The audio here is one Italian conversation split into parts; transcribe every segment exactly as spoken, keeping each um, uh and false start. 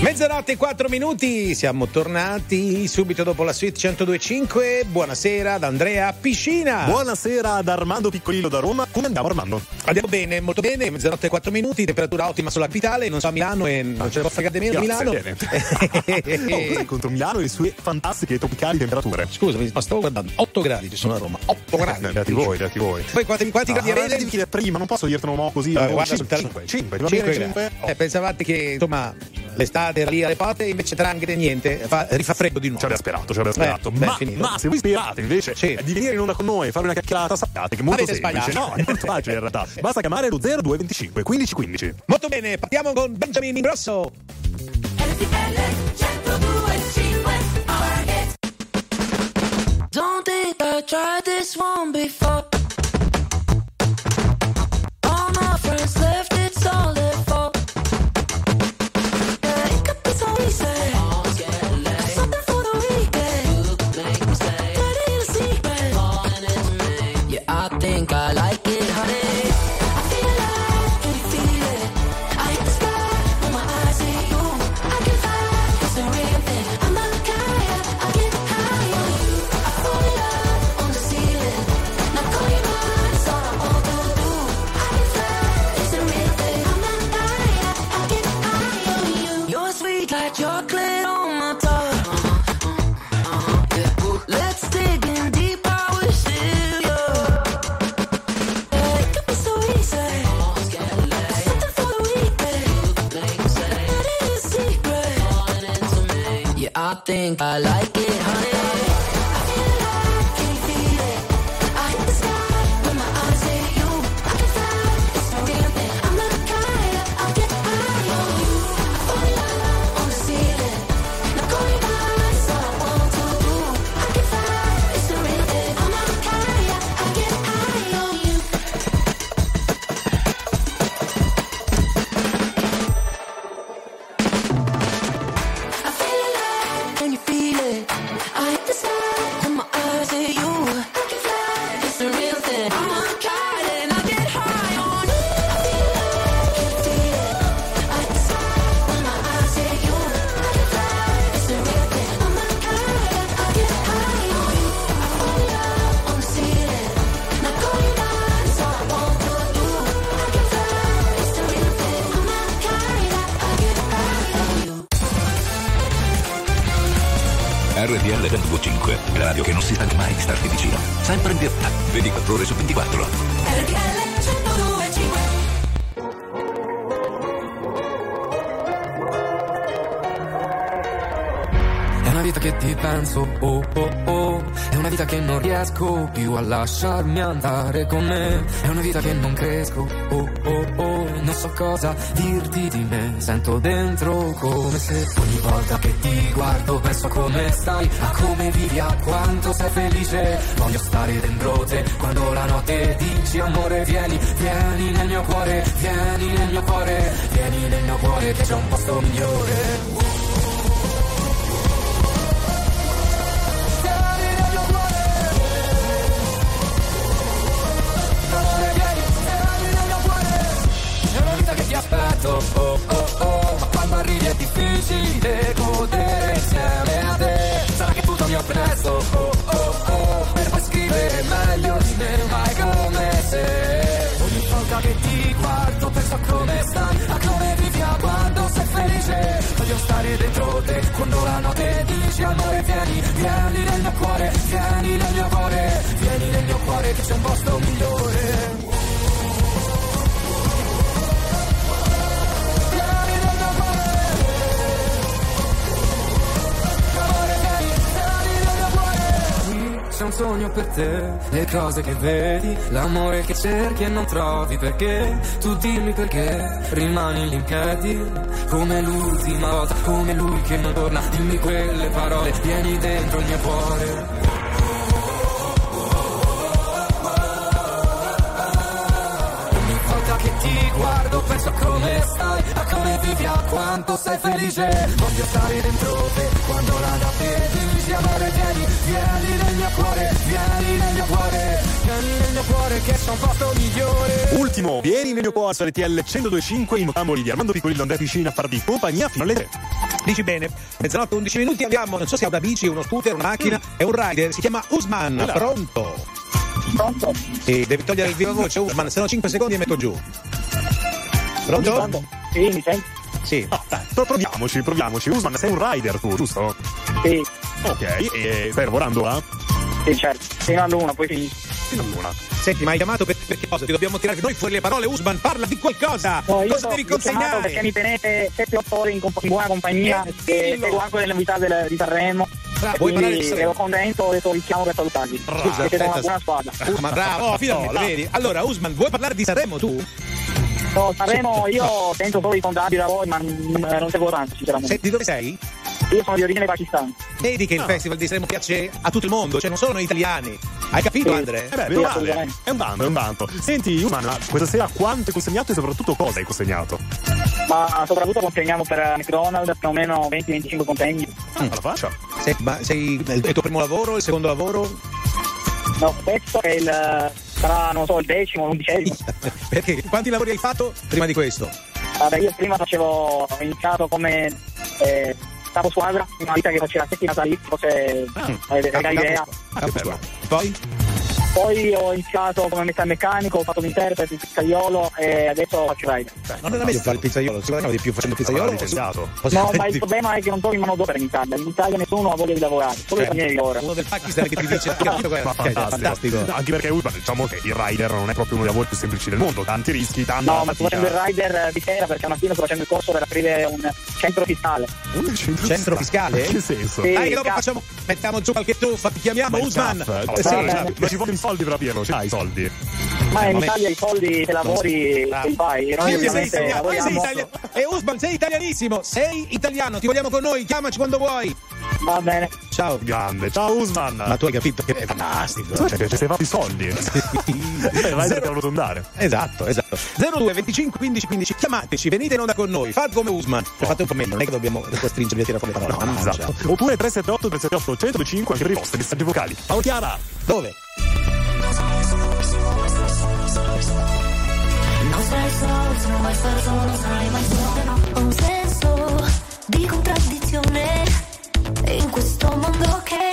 Mezzanotte e quattro minuti, siamo tornati subito dopo la suite centodue e cinque. Buonasera ad Andrea Piscina. Buonasera ad Armando Piccolillo da Roma. Come andiamo, Armando? Andiamo bene, molto bene. Mezzanotte e quattro minuti, temperatura ottima sulla capitale, non so a Milano e non ce ne può fregare di meno Milano. Oh, cos'è contro Milano e le sue fantastiche tropicali temperature? Scusami, ma stavo guardando, otto gradi ci sono a Roma, otto gradi. Beati voi, beati voi. Poi quanti, quanti ah, gradi avete? Devi chiedere prima, non posso dirtelo mo così. Uh, guarda, cinque, cinque, cinque, cinque, cinque. Eh, pensavate che insomma l'estate era lì alle porte, invece tra anche niente fa, rifà freddo di nuovo. Ci aveva sperato, ci aveva sperato. Beh, ma, beh, ma se voi sperate invece sì. di venire in onda con noi e fare una chiacchierata, sappiate che è molto Avete semplice. sbagliato. No, è molto facile in realtà. Basta chiamare lo zero due venticinque quindici quindici. Molto bene, partiamo con Benjamin Ingrosso. Don't think I tried this one before. All my friends left, it's all their fault. Yeah, it could be so easy. Something for the weekend. But in a secret. Yeah, I think I like it, honey. I feel alive, can you feel it? I hit the sky when my eyes hit you. I can fly, it's a real thing. I'm not a guy, I get high on you. I fall in love on the ceiling. Now call you mine, it's all I want to do. I can fly, it's a real thing. I'm not a guy, I get high on you. You're sweet like chocolate on my tongue. Let's dig in deep, I wish still yours. Yeah, it could be so easy. Something for the weekend. But in a secret. Yeah, I think I like it, honey. I feel alive, can you feel it? I hit the sky when my eyes hit you. I can fly, it's a real thing. I'm not a guy, I'll get high on you. I fall in love on the ceiling. Now call me mine, it's all I want to do. I can fly, it's a real thing. I'm not a guy, I'll get high on you. I feel alive, can you feel it? I hit the sky when my eyes hit you. I can fly, it's a real thing. I'm on a kite and I get high on you. I feel alive, can you feel it? I hit the sky when my eyes hit you. I can fly, it's a real thing. I'm on a kite, I get high on you. I fall in love on the ceiling. Now call you mine, it's all I want to do. I can fly, it's a real thing. I'm on a kite, I get high on you. R T L centodue e cinque, la radio che non si stanca mai di starti vicino. Sempre in diretta, ventiquattro ore su ventiquattro. R T L centodue e cinque. È una vita che ti penso, oh oh oh. È una vita che non riesco più a lasciarmi andare con me. È una vita che non cresco, oh oh oh. Non so cosa dirti di me. Sento dentro come se ogni volta che ti guardo penso a come stai, a come vivi, a quanto sei felice. Voglio stare dentro te quando la notte dici amore vieni, vieni nel mio cuore, vieni nel mio cuore, vieni nel mio cuore che c'è un posto migliore. Aspetto, oh oh oh, ma quando arrivi è difficile godere insieme a te. Sarà che tutto mi ho preso, oh oh oh, per poi scrivere meglio di me, mai come se. Ogni volta che ti guardo penso a come stai, a come vivi, a quando sei felice. Voglio stare dentro te quando la notte dici amore vieni, vieni nel mio cuore, vieni nel mio cuore, vieni nel mio cuore che c'è un posto migliore. C'è un sogno per te, le cose che vedi, l'amore che cerchi e non trovi, perché tu dimmi perché rimani lì in piedi come l'ultima volta, come lui che non torna. Dimmi quelle parole, vieni dentro il mio cuore. Ogni volta che ti guardo penso a come stai, a come vivi, a quanto sei felice. Voglio stare dentro te quando la notte dici amore vieni, vieni nel mio cuore, vieni nel mio cuore, vieni nel mio cuore che c'è un posto migliore. Ultimo, vieni nel mio cuore su R T L centodue e cinque, in motamboli di Armando Piccolillo, Andrea Piscina a farvi compagnia fino alle tre. Dici bene. Mezzanotte undici minuti abbiamo, non so se è una bici, uno scooter, una macchina, è un rider, si chiama Usman. Hola. Pronto? Pronto? Sì, devi togliere il viva voce Usman, se no cinque secondi e metto giù. Pronto? Pronto? Sì, mi senti? Sì. No, dai, pro- proviamoci, proviamoci. Usman, sei un rider tu, giusto? Sì, Ok, e stai lavorando là? sì, certo. Fino all'una, poi finisco. Fino a luna. Senti, ma hai chiamato per, per che cosa? Ti dobbiamo tirare noi fuori le parole. Usman, parla di qualcosa. No, io cosa so- devi vi ho chiamato consegnare? perché mi tenete sette otto ore in, comp- in buona compagnia Eh, e dillo. seguo anche le novità del- di Sanremo. Bravo, E vuoi parlare di quindi Sanremo? ero contento, ho detto vi chiamo per salutarvi. Scusa, Siete una aspetta. buona squadra. Ah, ma bravo, oh, finalmente, No, là. vedi? Allora, Usman, vuoi parlare di Sanremo tu? No, Sanremo io sento solo i sondaggi da voi, ma non, non seguo tanto, sinceramente. Senti, dove sei? Io sono di origine pakistana. Vedi che il Ah. Festival di Sanremo piace a tutto il mondo, cioè non solo noi italiani. Hai capito, Sì. Andre? Eh beh, Sì, meno male. assolutamente. È un bando, è un bando. Senti, Usman, ma questa sera quanto hai consegnato e soprattutto cosa hai consegnato? Ma soprattutto consegniamo per McDonald's più o meno venti venticinque consegni. Alla faccia. Sei, ma sei è il tuo primo lavoro, il secondo lavoro? No, questo è il sarà, non so, il decimo, l'undicesimo. Perché? Quanti lavori hai fatto prima di questo? Vabbè, io prima facevo, ho iniziato come eh, capo squadra, una vita che faceva setti natalizi, forse avete Capo- idea. capo- capo squadra. Poi? Poi ho iniziato come metalmeccanico, ho fatto l'interprete, il pizzaiolo e adesso faccio rider. Non era meglio fare il pizzaiolo, si guadagna di più facendo il pizzaiolo? Avrà licenziato. No, ma il problema è che non trovi manodopera in Italia. In Italia nessuno ha voglia di lavorare, solo i stranieri ora. Uno del Pakistan che ti dice hai capito qual è? Ma Ok, fantastico. fantastico. No, anche perché Usman, diciamo che il rider non è proprio uno dei lavori più semplici del mondo, tanti rischi, tanta No, ma sto fatica. facendo il rider di sera perché una mattina sto facendo il corso per aprire un centro fiscale. Un centro, Centro fiscale? In che senso? Sì. Dai, che dopo caff. facciamo, mettiamo giù qualche tuffa, ti chiamiamo Ma il Usman. caff, no, Eh, sì, sì. cioè, ma ci vogliono i soldi per aprirlo, ce l'hai i soldi? Ma in Vabbè. Italia i soldi se lavori Ah. li fai. E noi Sì, sei ovviamente italiano, poi sei lavoriamo. italiano. E Usman, sei italianissimo, sei italiano, ti vogliamo con noi, chiamaci quando vuoi. Va bene. Ciao. Grande, ciao Usman! Ma tu hai capito che è fantastico. Cioè, che ci sei fatto i soldi? Il rider ti ha voluto andare. Esatto, esatto. zero due venticinque quindici quindici, chiamateci, venite in onda con noi, fate come Usman. Fate un po' meno, non è che dobbiamo costringervi a tirare fuori le parole. No, Esatto. Oppure tre sette otto tre sette otto uno zero due cinque anche per i vostri messaggi vocali. Ciao Chiara! Dove? Non sarai solo, se non mai stare solo, non sarai mai solo. Ho un senso di contraddizione in questo mondo che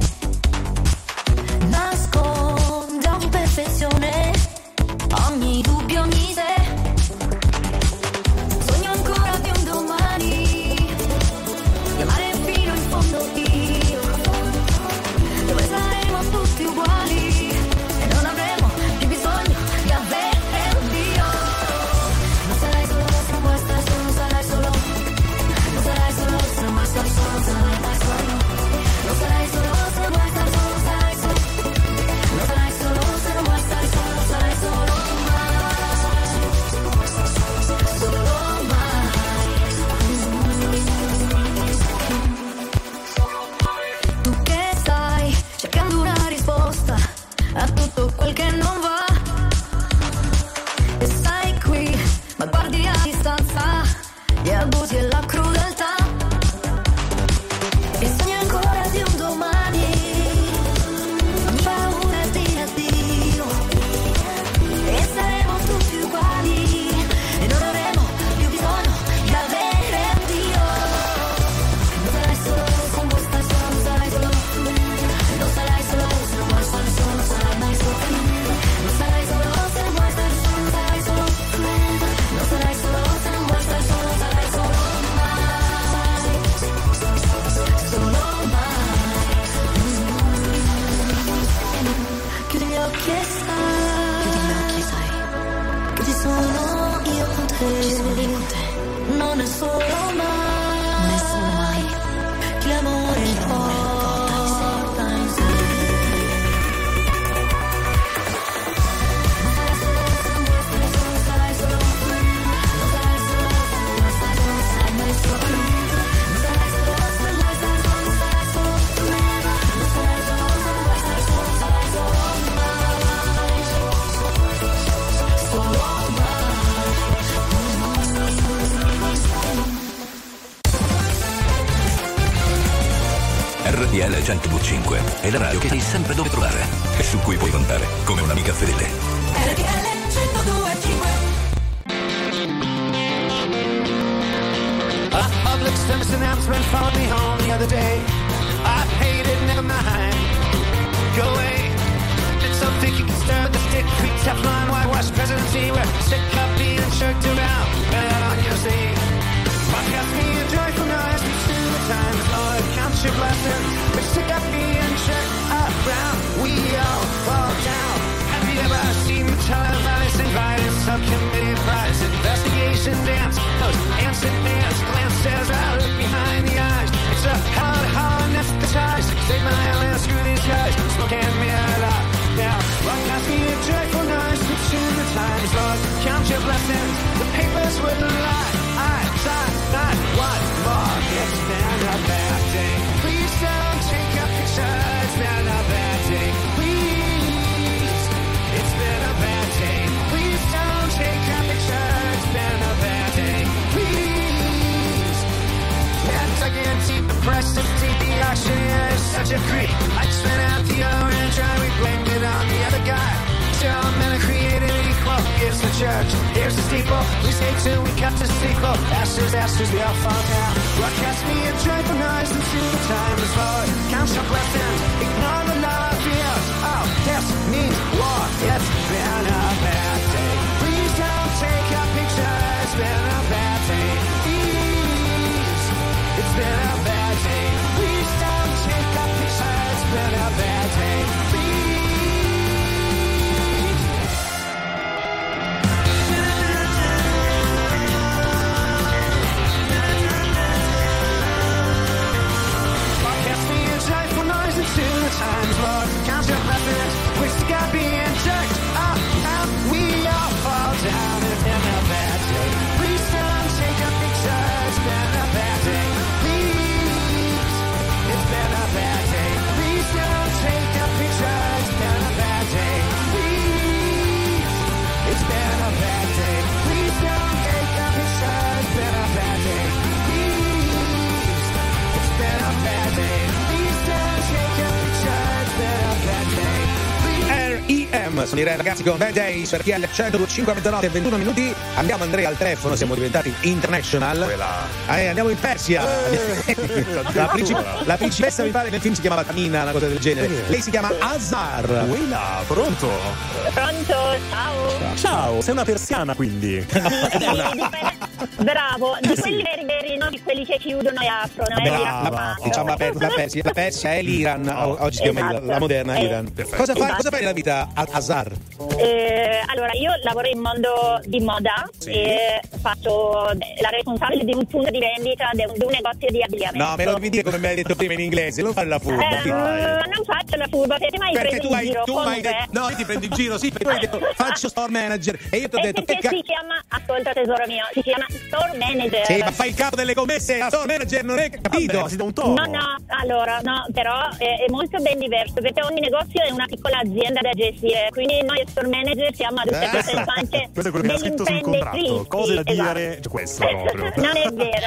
nasconde ogni perfezione, ogni dubbio, ogni se. Sogno ancora di un domani, di amare fino in fondo io, dove saremo tutti uguali e non avremo più bisogno di avere un Dio. Non sarai solo, se non vuoi stare solo, non sarai solo. Non sarai solo, se non vuoi stare solo, non sarai mai solo. Non sarai solo, se non vuoi stare solo, non sarai solo. Non sarai solo, se non vuoi stare solo, non sarai solo mai. Solo mai. Tu che stai cercando una risposta a tutto quel che non va. E stai qui, ma guardi a distanza gli abusi e la crudeltà. E sogni ancora di un domani, ogni paura è di addio. E saremo tutti uguali e non avremo più bisogno di avere un Dio. Non sarai solo, se non vuoi stare solo, non sarai solo. Non sarai solo, se non vuoi stare solo, non sarai mai solo. Non sarai solo, se non vuoi stare solo, non sarai solo. Non sarai solo, se non vuoi stare solo, non sarai solo mai. Solo mai. Chiudi gli occhi e sai. Chiudi gli occhi e sai. Che ci sono io con te. Ci sono io con te. Non è solo mai. Non è solo mai. Che l'amore porta in sé, porta in sé. Non sarai solo, se non vuoi stare solo, non sarai solo. Non sarai solo, se non vuoi stare solo, non sarai mai solo. Non sarai solo, se non vuoi stare solo, non sarai solo. Non sarai solo, se non vuoi stare solo, non sarai solo mai. Solo mai. R T L centodue e cinque è la radio che sai sempre dove trovare e su cui puoi contare come un'amica fedele. R T L centodue e cinque. A public service announcement. townsman followed me home the other day. I paid it, never mind. Go away. It's so thick you can stir with the stick. Creek Teflon, whitewash presidency. Where sick up being jerked around. Right on your sleeve. Podcast me a joyful noise. We soon the time is Lord. Count your blessings. We're sick up being jerked around. We all fall down. Have you ever seen the televised invited subcommittee prize investigation dance? Those ants and ants glances out behind the eyes. It's a hard, hard anesthetized. Save my land, screw these guys. Smoking me out now. Broadcast me a joyful noise. We soon the time is lost. Count your blessings. The papers wouldn't lie. I saw not what more. It's been a bad day. Please don't take a picture. It's been a bad day. Please. It's been a bad day. Please don't take a picture. It's been a bad day. Please. Can't I guarantee the press of T V action is such a creep. I just went out the orange and we blamed it on the other guy. So men are created equal. Here's the church, here's the steeple. We stay till we cut the sequel. Ashes, ashes, we all fall down. Broadcast me a joyful noise until the time is Lord. Count your blessings, ignore the love fears. Oh, this means war. It's been a bad day. Please don't take a picture. It's been a bad day. Please. It's been a bad day. Please don't take a picture. It's been a bad day. Please. Till the times, Lord, count your blessings. We got being jerked up, out. We all fall down. It's been a bad day. Please don't take a picture. It's been a bad day. Please. It's been a bad day. Please don't take a picture. It's been a bad day. Please. It's been a bad day. Please don't take a picture. It's been a bad day. Please. It's been a bad day. R E M sono i re ragazzi con Bad Day su R T L centodue a mezzanotte e ventuno minuti. Andiamo Andrea al telefono, siamo diventati international. Eh, andiamo in Persia. Eh, la, princip- la principessa mi pare nel film si chiamava Tamina, una cosa del genere. Lei si chiama Azar. Uela, pronto? Pronto, ciao. Ciao, sei una persiana quindi. Bravo, di quelli veri veri, non di quelli che chiudono e aprono. Beh, la, la, diciamo la, per, la, Persia, la Persia è l'Iran, o, oggi si chiama esatto. la moderna eh, Iran. perfetto. Cosa fai, Esatto. cosa fai nella vita, Azar? Eh, allora, io lavoro in mondo di moda sì. e faccio la responsabile di un punto di vendita di un, di un negozio di abbigliamento. No, me lo devi dire come mi hai detto prima in inglese, non fare la furba. Eh, non faccio la furba, perché mai Perché preso tu in hai, giro tu con hai me. detto, no, io ti prendo in giro, sì, perché tu hai detto faccio store manager e io ti ho E detto che perché cazzo. si chiama, ascolta tesoro mio, si chiama store manager. Sì, ma fai il capo delle commesse, la store manager non è capito. Vabbè, si dà un tono. No, no, allora, no, però è, è molto ben diverso, perché ogni negozio è una piccola azienda da gestire, quindi noi store manager siamo a tutte queste Eh, anche questo è quello che era scritto sul contratto. Cose da dire, cioè questo proprio. Non è vero.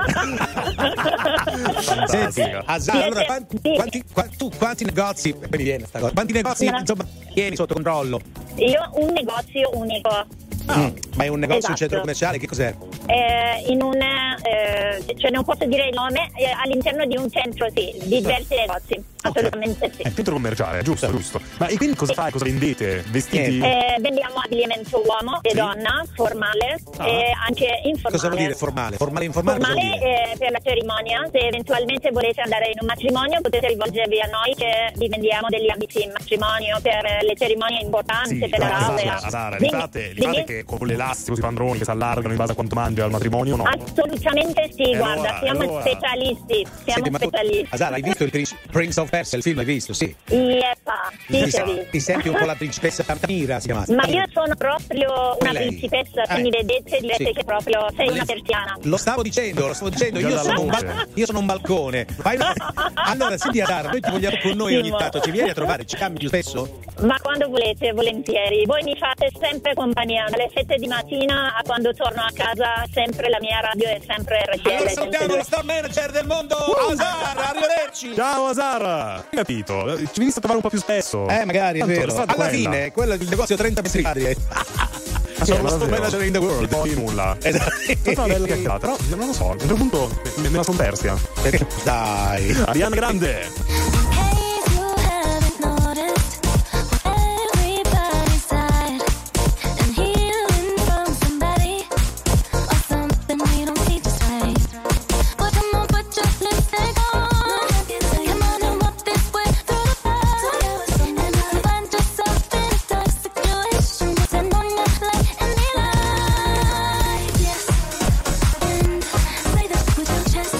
Senti, Azar, Sì, allora sì, quanti, sì. quanti, qua- tu quanti negozi, poi mi viene sta cosa, quanti negozi No. insomma tieni sotto controllo? Io un negozio unico. Mm, ma è un negozio, Esatto. un centro commerciale, che cos'è? Eh, in un eh, cioè non posso dire il nome, eh, all'interno di un centro, sì, di diversi negozi, assolutamente sì. È centro commerciale, giusto, giusto. Ma e quindi cosa fai? Cosa vendete? Vestiti? Eh, vendiamo abbigliamento uomo e Sì. donna, formale Ah. e anche informale. Cosa vuol dire formale? Formale informale cosa vuol Formale dire? eh, per la cerimonia, se eventualmente volete andare in un matrimonio potete rivolgervi a noi che vi vendiamo degli abiti in matrimonio per le cerimonie importanti, Sì, per la però, laurea. Sara, Sara, li Dimmi, fate, li dimmi. fate che con l'elastico sui pantaloni che si allargano in base a quanto mangi al matrimonio, no? Assolutamente sì, E guarda, allora, siamo allora. specialisti, siamo Senti, ma tu, specialisti. Azar, hai visto il Prince, Prince of Persia, il film l'hai visto? Sì. Yepa, sì, ti, sì, ho visto. ti senti un po' la principessa Tamira, si chiama. Ma io sono proprio una lei. principessa, se Eh. mi vedete direte Sì. che proprio sei una persiana. Lo stavo dicendo, lo stavo dicendo, Già io da sono, un luce. bal- io sono un balcone. Fai una- Allora, senti Azar, noi ti vogliamo con noi ogni Simo. tanto, ci vieni a trovare, ci cambi più spesso? Ma quando volete, volentieri. Voi mi fate sempre compagnia, dalle sette di mattina a quando torno a casa, sempre la mia radio è sempre R T L. Allora salutiamo lo star manager del mondo, Azar, arrivederci! Ciao Azar! Hai capito? Ci veniste a trovare un po' più spesso. Eh, magari è Tanto, vero. la strada Alla è quella. fine, quello è il negozio trenta metri quadri. Ma sono Sì, lo store davvero. manager in the world. E poi nulla. Esatto. È stata una bella chiacchierata, però non lo so, a un certo punto me, me la son persa. Dai. Ariana Grande. If you haven't noticed what everybody's tired and healing from somebody or something we don't see just right. But come on, put your lipstick on. Come on and walk this way through the bars. And if you find yourself in a dark situation, turn on your light and be light. Yes, and say that with your chest.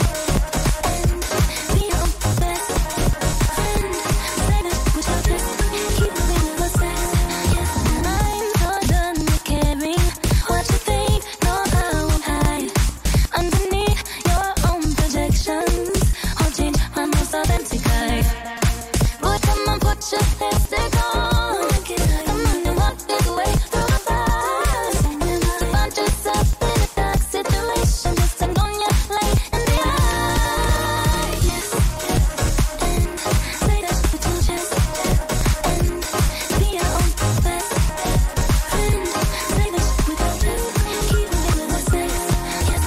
And be your own best friend. Say that with your chest. Keep moving with sex. Yes, and I'm so done with caring what you think. No, I won't hide underneath your own projections. I'll change my most authentic life. Boy, come on, put your lipstick on. Come on and walk this way through the bars. And if you find yourself in a dark situation, just turn on your light and be light. Yes, and say that with your chest. And be your own best friend. Say that with your chest. Keep moving with sex. Yes,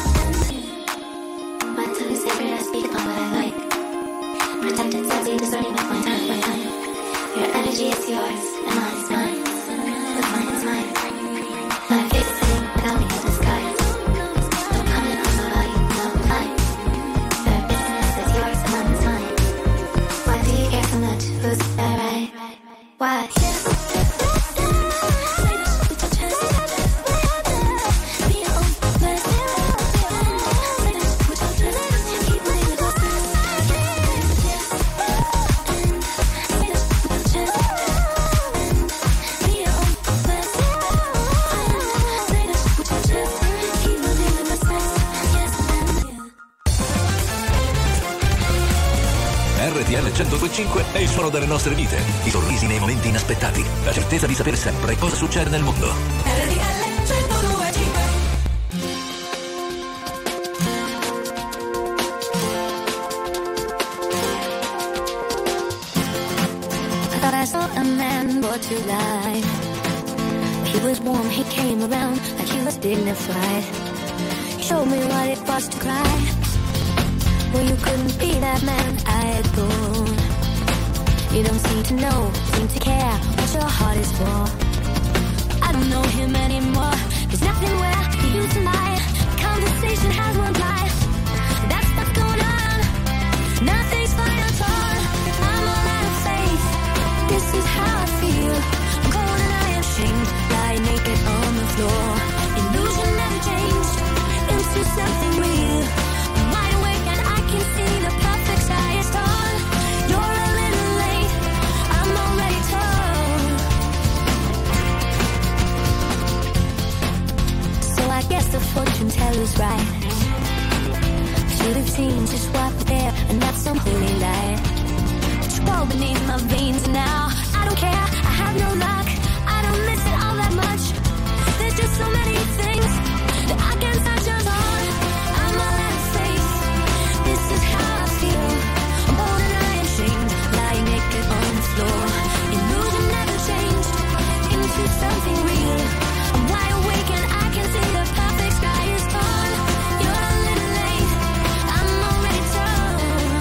and my tongue is sacred, I speak upon what I like. Protected, sexy, discerning with my time, my time. Your energy is yours, and mine is mine. What's mine is mine. My face is hidden without me in disguise. Don't comment on what I know fine. Your business is yours, and mine is mine. Why do you care so much? Who's that right? Why? Yes. Say this with your chest. Be your own best friend. Say this with your chest. Keep moving with your sex. Yes. And say this with your chest. And be your own best friend. Say this with your chest. Keep moving with your sex. Yes. And R T L centodue e cinque è il suono delle nostre vite, i sorrisi nei momenti inaspettati, la certezza di sapere sempre cosa succede nel mondo. R T L centodue e cinque. I thought I saw a man brought to life. He was warm, he came around like he was dignified. He showed me what it was to cry. Well, you couldn't be that man I adored. You don't seem to know, seem to care what your heart is for. I don't know him anymore. There's nothing where he used to lie. The conversation has run dry. That's what's going on. Nothing's fine at all. I'm all out of faith. This is how I feel. I'm cold and I am shamed. Lie naked on the floor. Illusion never changed into something real. I'm wide awake and I can see the perfect sky is tall. You're a little late. I'm already told. So I guess the fortune teller's right. Should have seen just what was there and not some holy light. But you crawl beneath my veins now. I don't care, I have no luck. I don't miss it all that much. There's just so many things that I can't touch us on. I'm all out of faith. This is how I feel. I'm bold and I am shamed. Lying naked on the floor. Illusion never changed into something real. I'm wide awake and I can see the perfect sky is gone. You're a little late. I'm already told.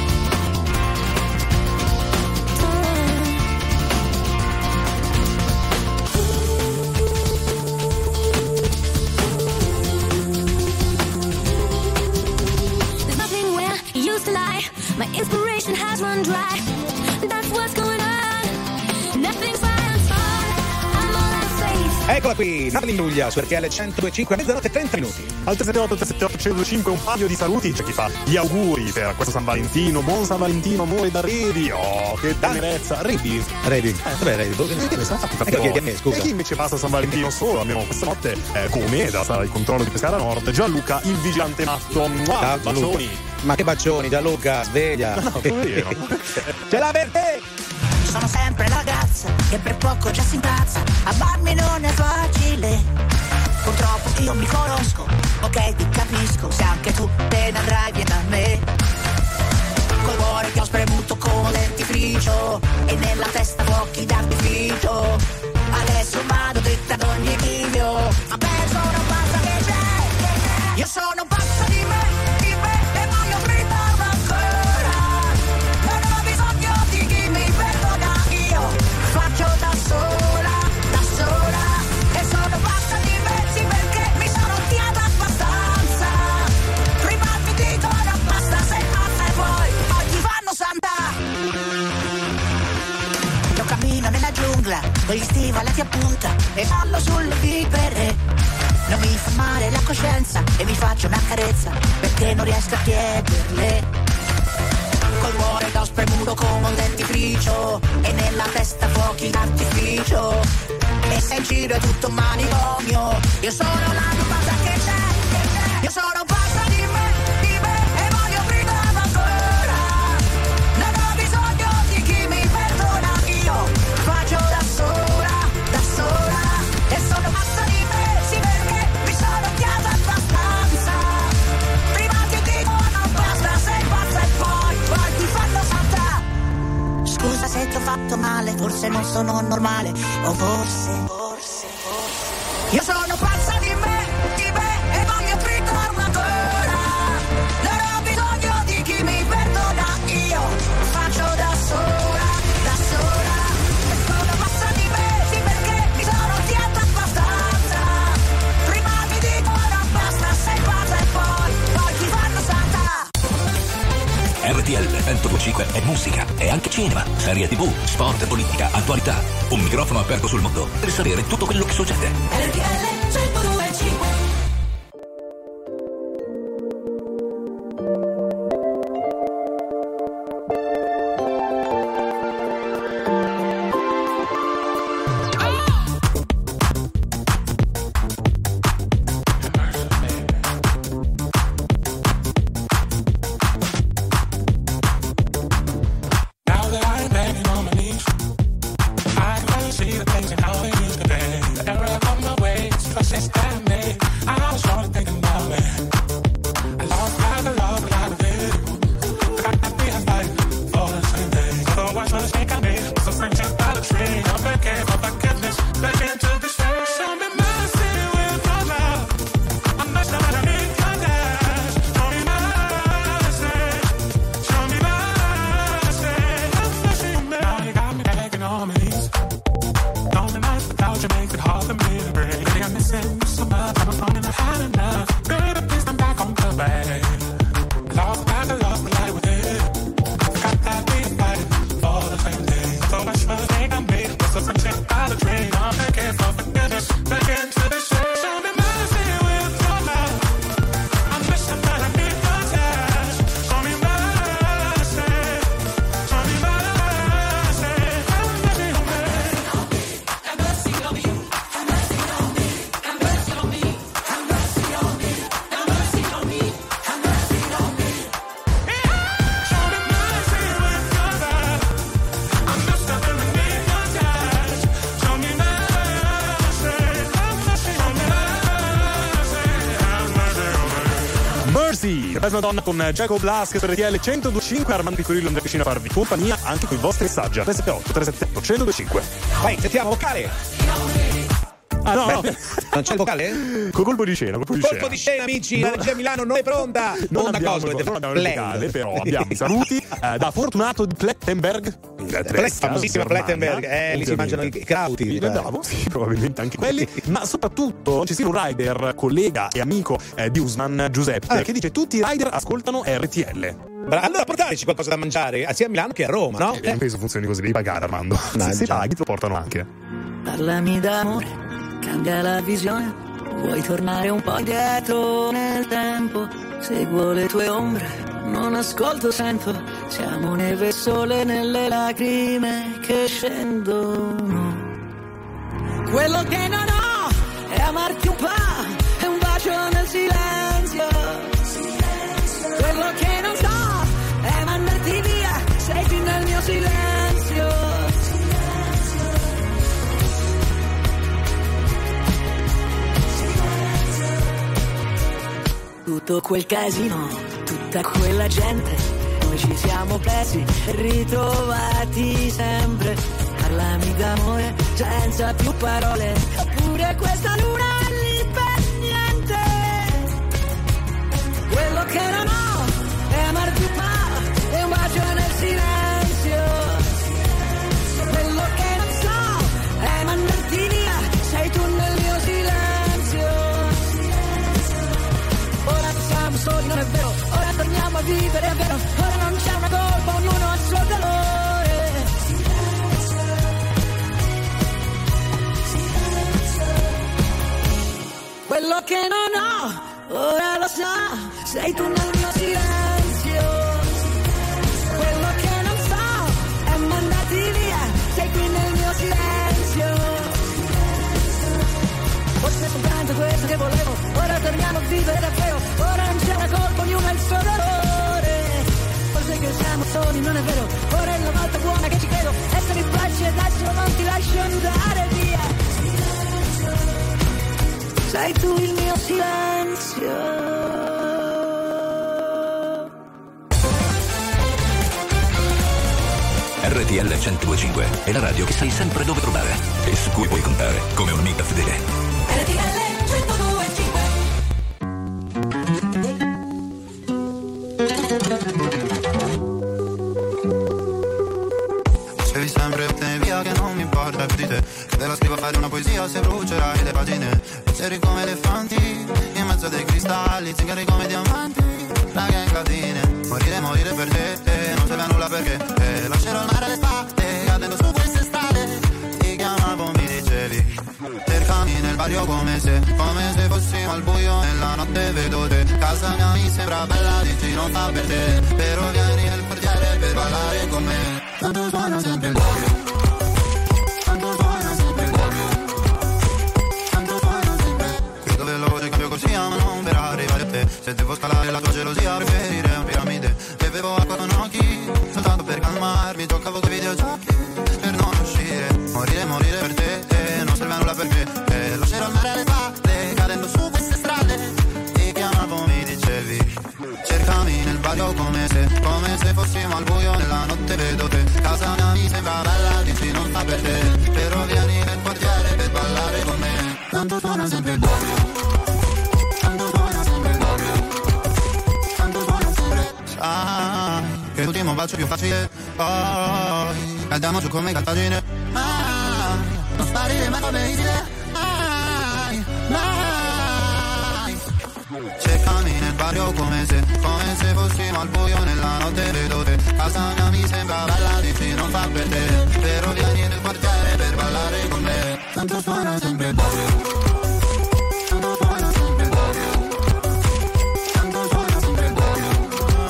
There's nothing where he used to lie. My inspiration has run dry. That's what's going on. Nothing's fine at all. I'm all out of faith. Eccola qui, Natalie Imbruglia su R T L centodue e cinque, mezzanotte e trenta minuti. Al tre sette otto tre sette otto zero cinque un paio di saluti. C'è chi fa gli auguri per questo San Valentino. Buon San Valentino, amore da Revi. Oh, che tenerezza. Revi? Revi. Eh, vabbè, Revi. Che ne sa? Ecco, chiedi a me, scusa. E chi invece passa San Valentino solo? Almeno questa notte, eh, come da sala il controllo di Pescara Nord, Gianluca il vigilante matto. Mua, Ciao, bacioni. Ma che bacioni, Gianluca, sveglia. No, poverino. Ce l'ha per te! Sono sempre la ragazza che per poco già si incazza. Amarmi non è facile. Purtroppo io mi conosco. Ok, ti capisco. Se anche tu te ne andrai via da me. Col cuore che ho spremuto con dentifricio e nella testa fuochi d'artificio. Adesso vado dritta ad ogni bivio. coscienza e mi faccio una carezza perché non riesco a chiederle. Col cuore che ho spremuto come un dentifricio e nella testa fuochi d'artificio e se il giro è tutto un manicomio. Io sono la cosa che c'è, che c'è. Io sono pazza di me, di me e voglio gridarlo ancora. Non ho bisogno di chi mi perdona, io faccio da sola, da sola. E sono pazza di me, sì perché mi sono odiata abbastanza. Prima ti dico non basta, sei pazza e poi, poi ti fanno santa. Scusa se ti ho fatto male, forse non sono normale, o forse, forse, forse. Io sono pazza di me, di me e voglio gridarlo ancora. Non ho bisogno di chi mi perdona, io faccio da sola, da sola. E sono pazza di me, sì perché mi sono odiata abbastanza. Prima mi dico non basta, sei pazza e poi, poi ti fanno santa. R T L centodue è musica, è anche cinema, serie tv, sport, politica, attualità. Un microfono aperto sul mondo per sapere tutto quello che succede. R T L centodue e cinque. Now that I'm begging on my knees, I can finally see the things and how they used to be. The error of my ways, choices that I made. I was wrong thinking about me. I lost track of love, but I did. Forgot that we had fight for the same thing. Otherwise, the mistake I made was a friendship by the tree. I'm begging for forgiveness, begging to be saved. Show me mercy with your love. I must have had a big contest. Show me mercy. Show me mercy. Have mercy on me. Now you got me begging on my knees. Lonely nights without you makes it hard for me to breathe. Baby, I'm missing you so much. I'm running, I've had enough. Baby, please come back on the way. I lost track of love, but I with it. Forgot that we fighting for the same thing. So much for the thing I made was a friendship by the dream. I'm begging for forgiveness, begging to be saved. Show me mercy with your love. I'm missing that I need your touch. Show me mercy. Show me mercy. Have mercy on me. Have mercy on me. Have mercy on me. Have mercy on me. Have mercy on me. Have mercy on me. Have mercy on me. Show me mercy with your love. I'm messed up and I need your touch. Show me mercy. Have mercy on me. Have mercy on me. Mercy, la bella donna con Jacob Lask per R T L centodue e cinque. Armando Picorillo andrà vicino a farvi compagnia anche con i vostri messaggi a tre sette otto tre sette otto uno zero due cinque. Vai, sentiamo vocale. Ah no, Beh, no. non c'è il vocale? Con colpo di scena, colpo di Colpo scena. di scena, amici, la regia Milano non è pronta. Non Onda abbiamo, cosa, il, avete non abbiamo il play. vocale, però abbiamo i saluti eh, da Fortunato di Plettenberg, in tedesca, famosissima Germania, Plettenberg, eh, lì si ovviamente. mangiano i krauti. Eh, Bravo, sì, probabilmente anche quelli, ma soprattutto c'è sì un rider, collega e amico eh, di Usman, Giuseppe, Ah. che dice tutti i rider ascoltano R T L. Bra- allora portateci qualcosa da mangiare, sia a Milano che a Roma, no? Eh, non penso funzioni così, devi pagare, Armando. Se se già. paghi te lo portano anche. Parlami d'amore, cambia la visione. Vuoi tornare un po' indietro nel tempo? Seguo le tue ombre, non ascolto, sento. Siamo neve e sole nelle lacrime che scendono. Quello che non ho è amarti un po', è un bacio nel silenzio. Quello che non so è mandarti via, sei qui nel mio silenzio. Tutto quel casino, tutta quella gente, noi ci siamo persi, ritrovati sempre. Parlami d'amore senza più parole, pure questa luna è lì per niente. Quello che non ho è amarti un po', è un bacio nel silenzio. Quello che non so è mandarti via, sei tu nel mio silenzio. Ora siamo soli, non è vero, ora torniamo a vivere, è vero, ora non c'è una colpa, ognuno ha il suo dolore. quello che non ho, ora lo so, sei tu nel mio silenzio. Quello che non so è mandati via, sei qui nel mio silenzio. Forse è soltanto questo che volevo, ora torniamo a vivere davvero, ora non c'è una colpa, ognuno ha il suo dolore. Forse che siamo soli, non è vero, ora è la volta buona che ci credo, essere in pace e adesso non ti lascio andare via. Sei tu il mio silenzio. R T L centodue e cinque è la radio che sai sempre dove trovare e su cui puoi contare come un'amica fedele. R T L centodue e cinque. Dicevi sempre te via che non mi importa più di te, che te la scrivo a fare una poesia se brucerai le pagine. Pensieri come elefanti in mezzo a dei cristalli, zingari come diamanti, raghe in catene. Morire, morire per te, te non serve a nulla perché te lascerò il mare alle spalle, cadendo su queste strade. Ti chiamavo, mi dicevi, cercami nel barrio come se, come se fossimo al buio nella notte vedo te. Casa mia mi sembra bella, dici non fa per te, però vieni nel quartiere per ballare con me. Tanto suona sempre il doppio, tanto suona sempre il doppio, tanto suona sempre. Vedo veloce, cambio corsia ma non per arrivare a te. Se devo scalare la tua gelosia preferirei una piramide. Bevevo acqua con occhi, soltanto per calmarmi. Giocavo con i videogiochi, per non uscire. Morire, morire per te, eh, non serve a nulla perché eh, lascerò il mare alle spalle, cadendo su queste strade. Ti chiamavo, mi dicevi, cercami nel barrio come se, come se fossimo al buio nella notte vedo te. Casa mia mi sembra bella, dici non fa per te, però vieni nel quartiere per ballare con me. Tanto suona sempre il doppio, tanto suona sempre il doppio, tanto suona sempre. Sai che l'ultimo bacio più facile, poi andiamo giù come cartagine. Mai, non sparire mai come isole, mai, mai. Cercami nel barrio come se, come se fossimo al buio nella notte vedo te. Casa mia mi sembra bella, dici non fa per te, però vieni nel quartiere per ballare con me. Tanto suona sempre il doppio, tanto suona sempre il doppio, tanto suona sempre il doppio,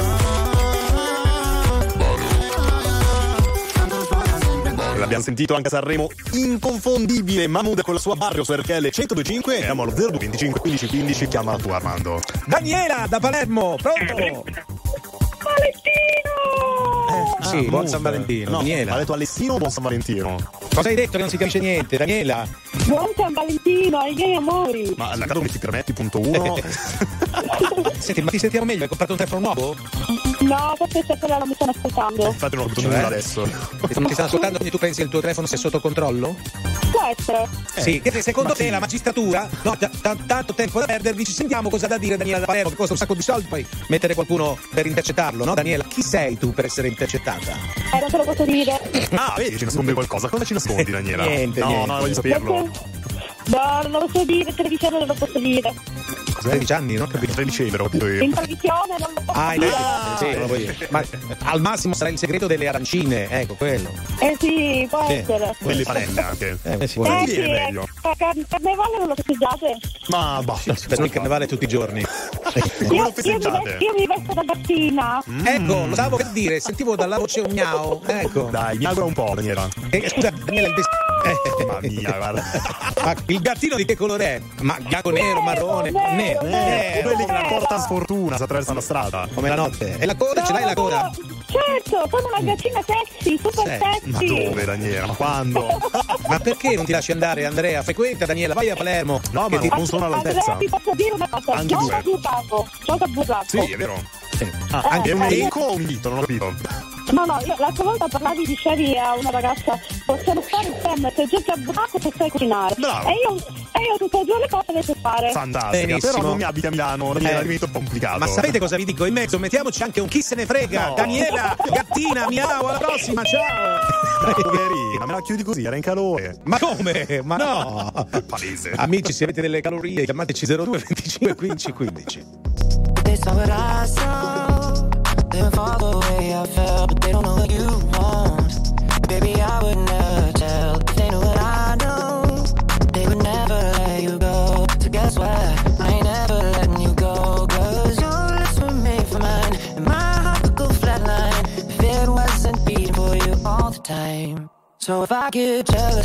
tanto suona sempre il doppio. L'abbiamo sentito anche a Sanremo, inconfondibile Mahmood con la sua barrio su R T L centodue e cinque. E siamo allo zero due venticinque quindici quindici, chiama tu Armando. Daniela da Palermo, pronto? Valentino! Eh, sì, Ah, buon San Valentino. No, Daniela. ha detto Alessino o buon San Valentino? Cosa hai detto che non si capisce niente, Daniela? Buon San Valentino ai miei amori! Ma la caso mi ti permetti, punto uno. Senti, ma ti sentiamo meglio? Hai comprato un telefono nuovo? No, forse stasera non mi stanno ascoltando. Infatti non ho capito Cioè? nulla adesso. Ti stanno ascoltando, quindi tu pensi che il tuo telefono sia sotto controllo? Può essere. Sì, che secondo ma te sì. la magistratura, no, t- t- tanto tempo da perdervi, ci sentiamo cosa ha da dire Daniela da Palermo, che costa un sacco di soldi, poi mettere qualcuno per intercettarlo, no Daniela? Chi sei tu per essere intercettata? Eh, non te lo posso dire. Ah, vedi, ci nasconde qualcosa. Cosa ci nascondi, Daniela? Niente, no, niente. no, voglio saperlo. No, non lo so dire, in televisione non lo posso dire. tredici anni, no? Capito? tredici euro, capito io. In televisione non lo posso Ah, dire. ah, sì, lo vuoi dire. Ma al massimo sarà il segreto delle arancine, ecco quello. Eh sì, può Sì. essere. Delle panelle anche. Eh, sì, Eh Sì, sì, è meglio. eh, car- carnevale non lo festeggiate. Ma basta. per noi il carnevale tutti i giorni. Come Io, lo io, mi festeggiate? vesto, io mi vesto da gattina. Ecco, lo stavo per dire, sentivo dalla voce un miau. Ecco. Dai, mi auguro un po', Daniela. Eh, scusa, Daniela, il vestito. Eh, Mamma mia, guarda. Ma il gattino di che colore è? Ma bianco, nero, marrone, nero, nero. nero. Eh, Quelli che la porta sfortuna se attraversano la strada. come la notte. E la coda? Ce l'hai la coda? Certo, sono una gattina sexy, super Sì, Ma sexy. dove, Daniela? Ma quando? Ma perché non ti lasci andare, Andrea? Frequenta, Daniela, vai a Palermo. No, Che ma ti- non sono all'altezza. Andrea, ti posso dire una cosa, Anche ci ho due. abusato, ci ho abusato. Sì, è vero. Sì. Ah, anche Eh, un eh, elenco o un dito, non ho capito. No, no, io l'altra volta parlavi, dicevi a una ragazza, possiamo stare insieme, se giochi a burraco se sai cucinare. Bravo. E io, e io tutte e due le cose le so fare. Fantastica. Benissimo. Però non mi abiti a Milano, Daniela, Eh. diventa un po' complicato. Ma sapete cosa vi dico in mezzo? Mettiamoci anche un chi se ne frega. No. Daniela, gattina, miau, alla prossima, ciao. Poverina, me la chiudi così, era in calore. Ma come? Ma no. Palese. Amici, se avete delle calorie, chiamateci zero due venticinque quindici quindici. They saw what I saw. They would fall the way I felt, but they don't know what you want. Baby, I would never tell. If they knew what I know, they would never let you go. Together swear I ain't never letting you go. Cause your lips were made for mine, and my heart would go flatline if it wasn't beating for you all the time. So if I get jealous,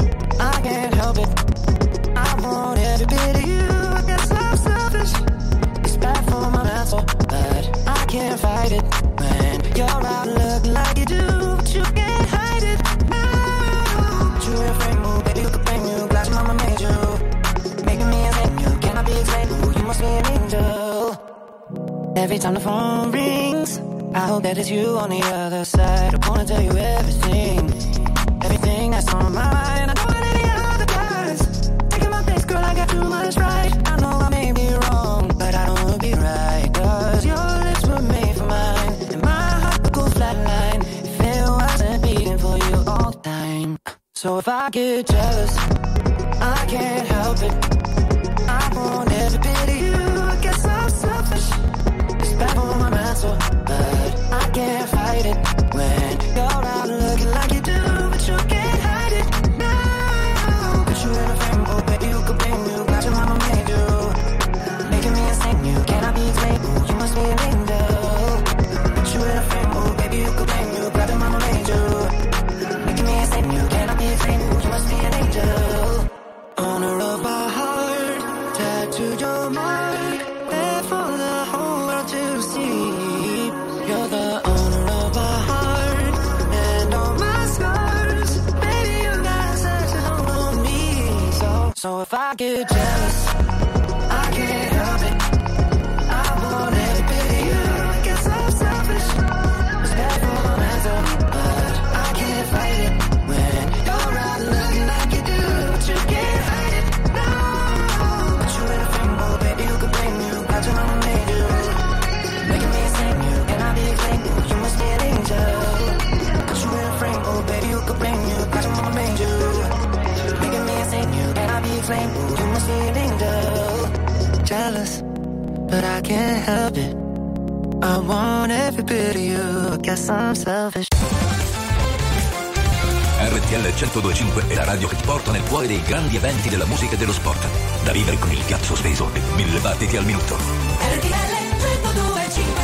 I can't help it. I want every bit of you. I guess I'm selfish. It's bad for my mental, but I can't fight it. When you're out looking like you do, but you can't hide it. No, but you ain't afraid, move, baby, you could bring you. Glad your mama made you, making me a thing you cannot be explained. Ooh, you must be an angel. Every time the phone rings, I hope that it's you on the other side. I wanna tell you everything, everything that's on my mind. I don't want any other guys taking my place, girl, I got too much pride. I know I may be wrong, but I don't wanna be right. Cause your lips were made for mine, and my heart would go flatline if it wasn't beating for you all the time. So if I get jealous, I can't help it. I want every bit of you. I guess I'm selfish. It's bad for my mental, but I can't fight it. When you're out looking like you do, but you can't hide it. No, but you ain't a friend, oh baby, you could blame you. Glad your mama made you, making me a saint. You cannot be explained. Ooh, you must be an angel. But you ain't a friend, oh baby, you could blame you. Glad your mama made you, making me a saint. You cannot be explained. Ooh, you must be an angel. Owner of my heart, tattooed your mark, there for the whole world to see. You're the owner of my heart and all my scars. Baby, you got such a hold on me. So, so if I get jealous, I can't help it. I want every bit of you. I guess I'm selfish. It's bad for my mental, but I can't fight it. When you're out looking like you do, but you can't hide it. No, but you ain't a friend, oh baby, you could blame you. Glad your mama made you, making me a saint. You cannot be explained. Ooh, you must be an angel. But you ain't a friend, oh baby, you could blame you. Glad your mama made you, making me a saint. You cannot be explained. Ooh, you must be an angel. Jealous, but I can't help it. I want every bit of you. I guess I'm selfish. R T L centodue e cinque è la radio che ti porta nel cuore dei grandi eventi della musica e dello sport. Da vivere con il ghiaccio sospeso e mille battiti al minuto. R T L centodue e cinque.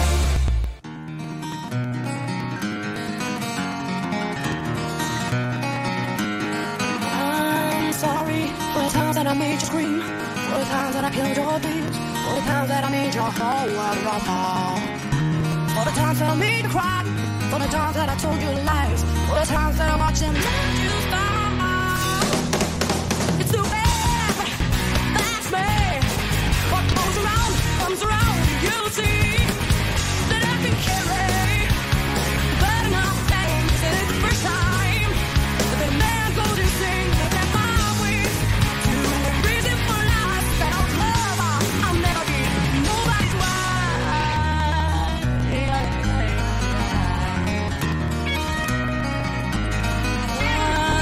I'm sorry for the times that I made you scream, for the times that I killed your dreams, for the times that I made your whole world fall, for the times that I made you cry, for the times that I told you lies, for the times that I watched and let you fall. It's too bad, that's me. What goes around comes around. You see that I can carry, but enough things. It's the first time that a man goes insane. That my ways to a reason for life. That I'll love, I'll never be nobody's wife. Yeah.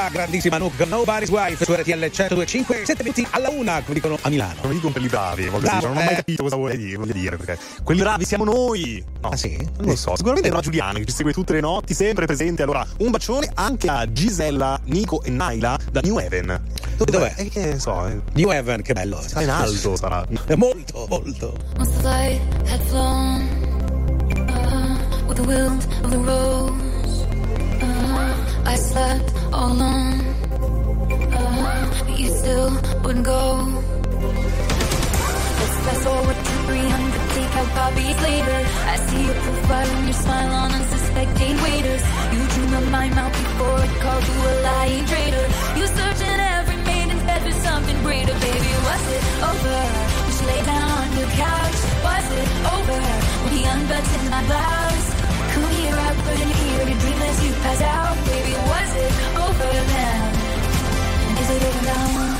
la grandissima Nook Nobody's Wife su R T L centodue e cinque, sette venti alla una, come dicono a Milano. Non mi dicono per i bravi, voglio Bravo, dire, non ho mai eh. capito cosa vuole dire, voglio dire, perché quelli bravi siamo noi. No, Ah sì? non lo so, sicuramente è una Giuliana che ci segue tutte le notti, sempre presente. Allora, un bacione anche a Gisella, Nico e Naila da New Haven. Dove, dov'è? Eh, che so, eh, New Haven, che bello. sta in alto, sarà. Molto, molto. Once the light had flown uh, with the wind of the rose, uh, I slept all alone, uh, but you still wouldn't go. Let's fast forward to three hundred takeout copies later. I see your profile and your smile on unsuspecting waiters. You dream of my mouth before it called you a lying traitor. You search in every maiden's bed for something greater. Baby, was it over when she lay down on your couch? Was it over when he unbuttoned my blouse? Come here, I couldn't hear your dream as you pass out. Baby, was it over then? Is it over now?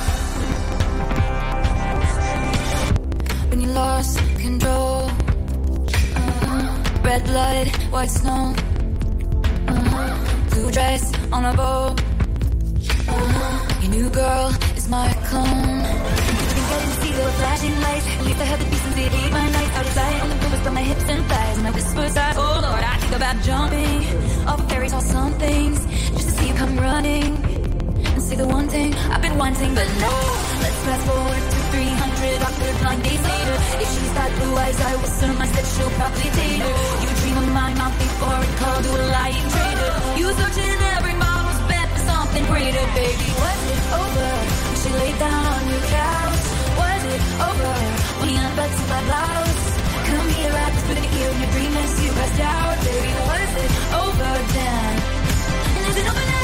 When you lost control, uh, red blood, white snow, uh, blue dress on a boat, uh, your new girl is my clone. You think I didn't see the flashing lights? At least I had the decency to eat my nights out of sight on the rumors by my hips and thighs. And I whisper inside, oh Lord, I think about jumping off a fairy tall some things just to see you come running and say the one thing I've been wanting, but no. Let's fast forward to three hundred awkward blind days later. If she's got blue eyes, I will surmise that she'll probably date her. You dream of my mouth before it called you a lying traitor. You search in every model's bed for something greater. Baby, was it over when she laid down on your couch? Was it over when he unbuttoned my blouse? Come here, I whispered in your ear in your dream as you passed out. Baby, was it over then? And is it over now?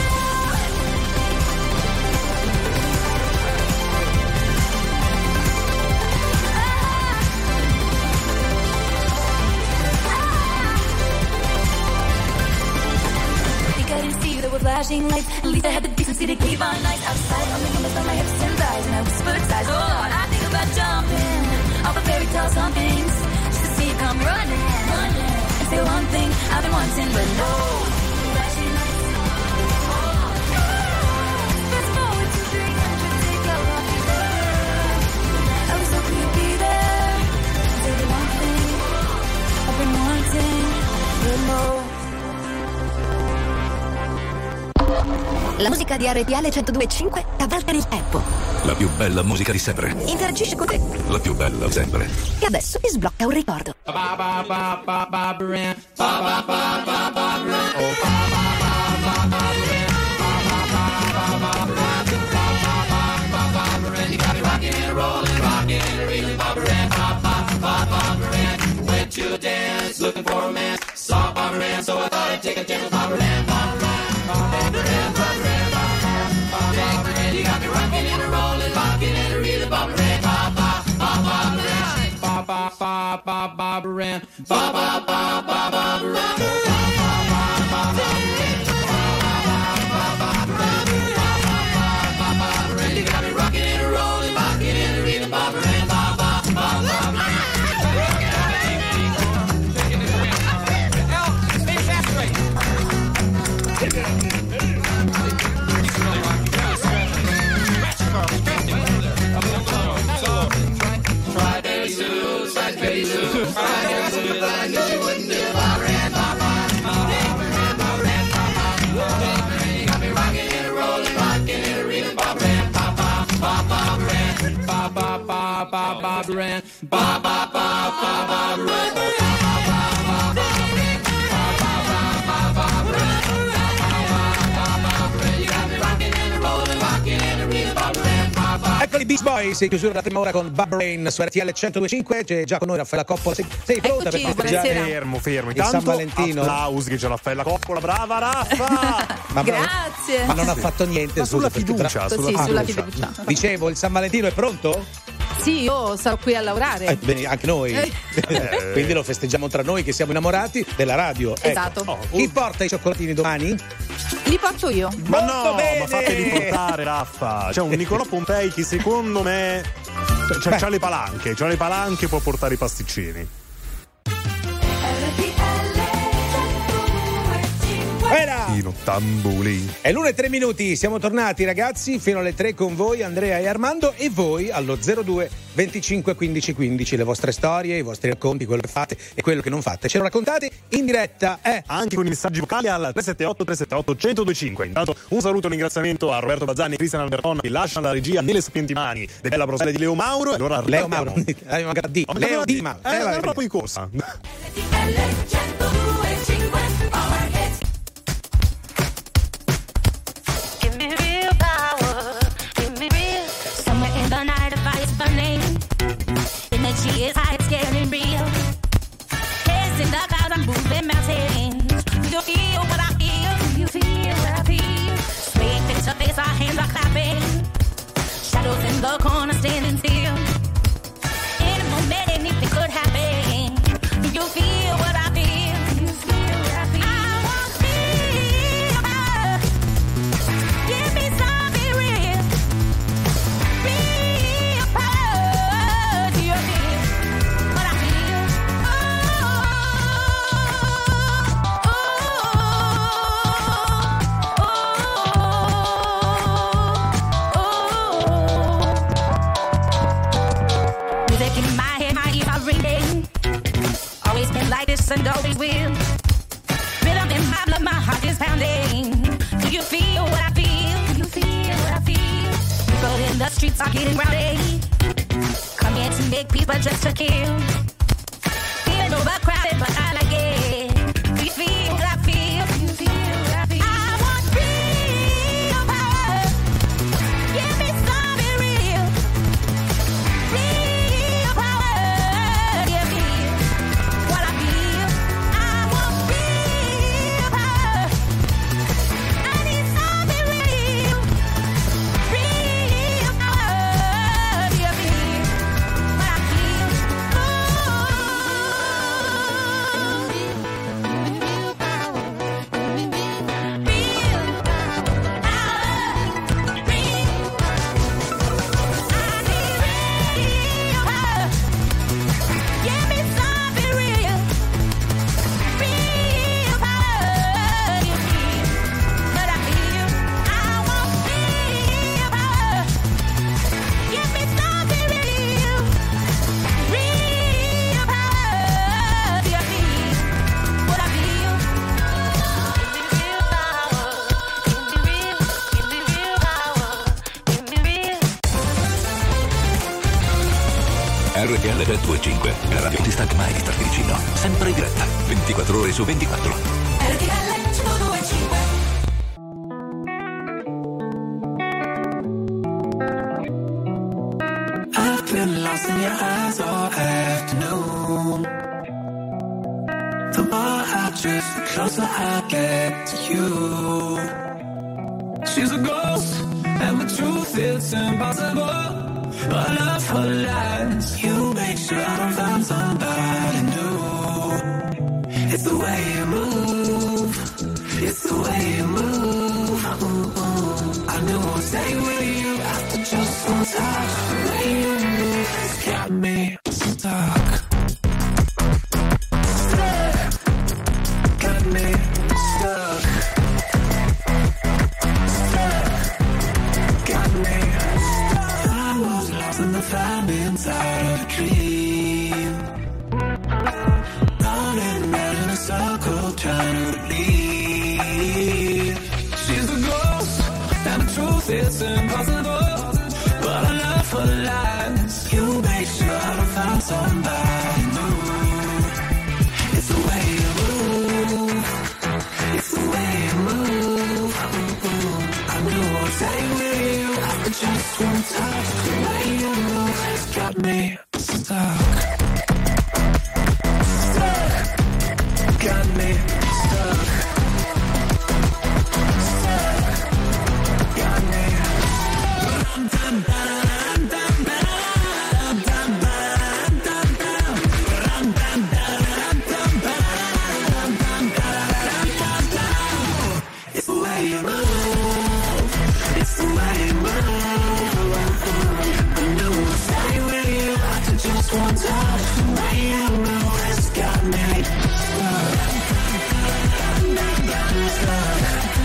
I didn't see there were flashing lights. At least I had the decency to keep my nights outside. On the rumors by my hips and thighs, and I whispered sighs. Oh Lord, I think about jumping off a fairy tale some things just to see you come running, running and say one thing I've been wanting, but no. Flashing lights. Fast forward to three hundred, take out off your bed. I was hoping you'd be there. Say the one thing I've been wanting, but no. La musica di R T L centodue e cinque cavalca nel tempo. La più bella musica di sempre. Interagisce con te. La più bella sempre. E adesso ti sblocca un ricordo. Went to a dance looking for a man. Saw Barbara Ann, so I thought I'd take a chance with Barbara Ann. Barbara Ann, Barbara Ann, Barbara Ann, Barbara Ann. You got me rocking and a rolling, rocking and a reeling. Barbara Ann, Barbara Ann, Barbara Ann, Barbara Ann, Barbara Ann. You got me rocking and a rolling, rocking and a reeling. Barbara Ann, Barbara, Barbara. Eccoli Beach Boys, in chiusura la prima ora con Barbara Ann su R T L centodue e cinque. C'è già con noi Raffaella Coppola. Sei, sei pronta Eccoci, per festeggiare? Fermo, fermo. Il Intanto San Valentino. applausi che c'è Raffaella Coppola, brava Raffa! Ma- Grazie. Ma non ha fatto niente. Ma sulla scusa, perché fiducia, tra- sulla Sì, sulla fiducia. fiducia. Dicevo, il San Valentino è pronto? Sì, io sarò qui a lavorare. Eh, bene, anche noi. Eh. Quindi lo festeggiamo tra noi che siamo innamorati della radio. Ecco. Esatto. Oh, chi porta i cioccolatini domani? Li porto io. Ma Molto no, bene! ma fateli portare, Raffa. C'è un Nicolò Pompei che secondo me c'ha, c'ha le palanche, c'ha le palanche, può portare i pasticcini. Era! tamburino, tamburino. È l'una e tre minuti, siamo tornati ragazzi fino alle tre con voi Andrea e Armando e voi allo zero due venticinque quindici quindici, le vostre storie, i vostri racconti, quello che fate e quello che non fate, ce lo raccontate in diretta, eh? Anche con i messaggi vocali al tre sette otto tre sette otto uno zero due cinque. Intanto un saluto e un ringraziamento a Roberto Bazzani e Cristian Alberton che lasciano la regia nelle sapienti mani della prosella di Leo Mauro. E allora Leo Mauro, hai mancato D. Leo Di Mauro. Eh, era proprio in corsa. Give me real power, give me real. Somewhere in the night a fire's burning. Energy is high, it's getting real. Heads in the clouds, I'm moving mountains. You feel what I feel, you feel what I feel. Swing face to face, our hands are clapping. Shadows in the corner standing still. In a moment, anything could happen. You feel what I feel, you feel what I feel. I want real power. Give me something real, real power. Do you feel what I feel? Music in my head, my ears are ringing. Always been like this and always will. Rhythm in my blood, my heart is pounding. Do you feel what I feel? Do you feel what I feel? People in the streets are getting rowdy. Come here to make people just to kill. Feeling overcrowded, but I like it. Do you feel what I feel? Do you feel what I feel? I want real power. Give me something real. Real power. Give me what I feel. I want real power. I need something real. Real power. Give me what I feel. Give me something real. Real power. Give me what I feel. I want real power. Give me something real. Real power. Give me what I feel. Real power. Give me real. Give me real power. Give me real. R T L cento e cinque, la radio ti stanca mai di starti vicino, sempre in diretta, ventiquattro ore su ventiquattro. R T L centodue e cinque. I've been lost in your eyes all afternoon. The more I drift, the closer I get to you. She's a ghost, and the truth is impossible. But I love her lies. You make sure I don't find somebody new. It's the way you move. It's the way you move. Ooh, ooh. I knew I'd stay with you after just one touch. The way you move has got me stuck. Stuck. Got me stuck. Stuck. Got me stuck. I was lost in the fire inside of a dream. Running round in a circle trying to leave. She's a ghost, and the truth is impossible. But I love her lies. You make sure I don't find somebody new. It's the way you move. It's the way you move. Ooh, ooh. I knew I'd stay with you after just one touch. The way you move has got me stuck. Stuck. Got me stuck. Stuck. Got me. It's the way you move. It's the way you move. I knew I'd stay with you after just one touch. The way you move has got me stuck. Stuck.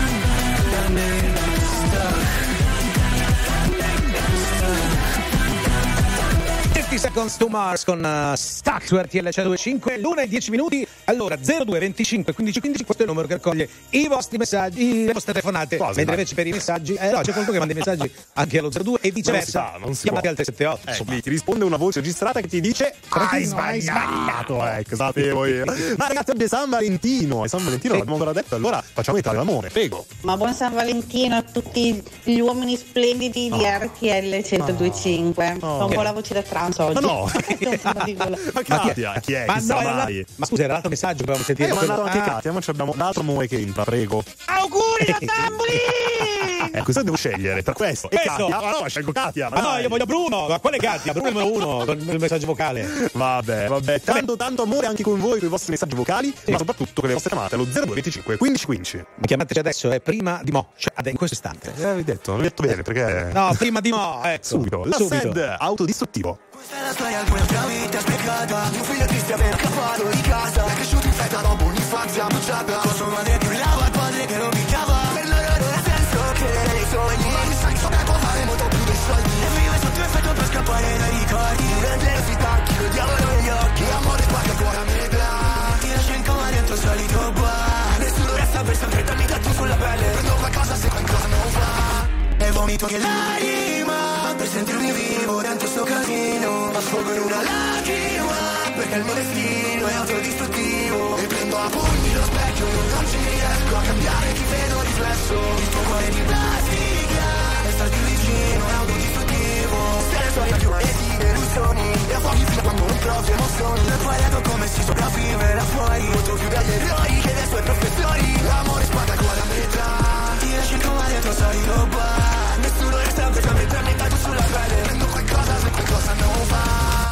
Seconds to Mars con uh, Stuck su R T L centodue e cinque, l'una e dieci minuti. Allora zero due venticinque quindici quindici, questo è il numero che raccoglie i vostri messaggi, le vostre telefonate. Quasi, mentre vai. invece per i messaggi eh, no, c'è qualcuno che manda i messaggi anche allo zero due e viceversa. Non si fa, non si chiamate può. al tre sette otto. Eh, lì ti risponde una voce registrata che ti dice hai Tranquillo, hai sbagliato. Ecco, sapevo io. Ma ragazzi, oggi è San Valentino. E San Valentino l'abbiamo ancora detto. Allora facciamo entrare l'amore, prego. Ma buon San Valentino a tutti gli uomini splendidi di R T L centodue e cinque. Oh. Fa un po' la voce da trans oggi. Ma no. Non so di quello. Ma Katia, chi è? Ma, Chissà no, era mai. la- ma scusa, era l'altro messaggio che avevamo sentito. Eh, ho mandato anche Ah. Katia, ma ci abbiamo l'altro amore che entra, prego. Auguri a Tamboli! Eh, cosa devo scegliere? Per questo. E Questo. Katia? Ma no, scelgo Katia. Ma no, dai. io voglio Bruno. Ma quale Katia? Bruno è il numero uno con il messaggio vocale. Vabbè, vabbè. Tanto, tanto amore anche con voi, con i vostri messaggi vocali, ma soprattutto con le vostre chiamate allo zero due venticinque quindici quindici. Ma chiamateci adesso, è prima di mo, cioè ad- in questo istante. Eh, avevi detto, avevi detto bene, perché... No, prima di mo, ecco. Subito. La Subito. S E D, autodistruttivo. Questa è la storia di un'altra vita spiegata. Mio figlio triste appena scappato di casa. È cresciuto in fretta dopo un'infanzia mangiata. Con sua madre che urlava, il padre che lo picchiava. Per loro non ha senso credere nei sogni. Ma mi sa che sapeva può fare molto più dei soldi. E vive sotto effetto per scappare dai ricordi. Durante le stacchi, col diavolo negli occhi. Amore spacca il cuore a metà. Ti lascia in coma dentro il solito bar. Nessuno resta per sempre, dammi tatto sulla pelle. Prendo qualcosa se qualcosa non va. E vomito anche l'anima per sentirmi vivo dentro sto casino. Ma sfogo in una lacrima perché il mio destino è autodistruttivo. E prendo a pugni lo specchio, non ci riesco a cambiare chi vedo riflesso. Il tuo cuore di plastica e starti vicino è autodistruttivo. Se le storie più resi delusioni e a fuochi fino a quando non provi emozioni. Ho imparato come si sopravvive là fuori, molto più dagli eroi che dai suoi professori. L'amore spacca il cuore a metà. Ti lasci in coma dentro il solito bar. Nessuno resta per sempre, per metà tu sulla pelle. Prendo qualcosa se qualcosa non va.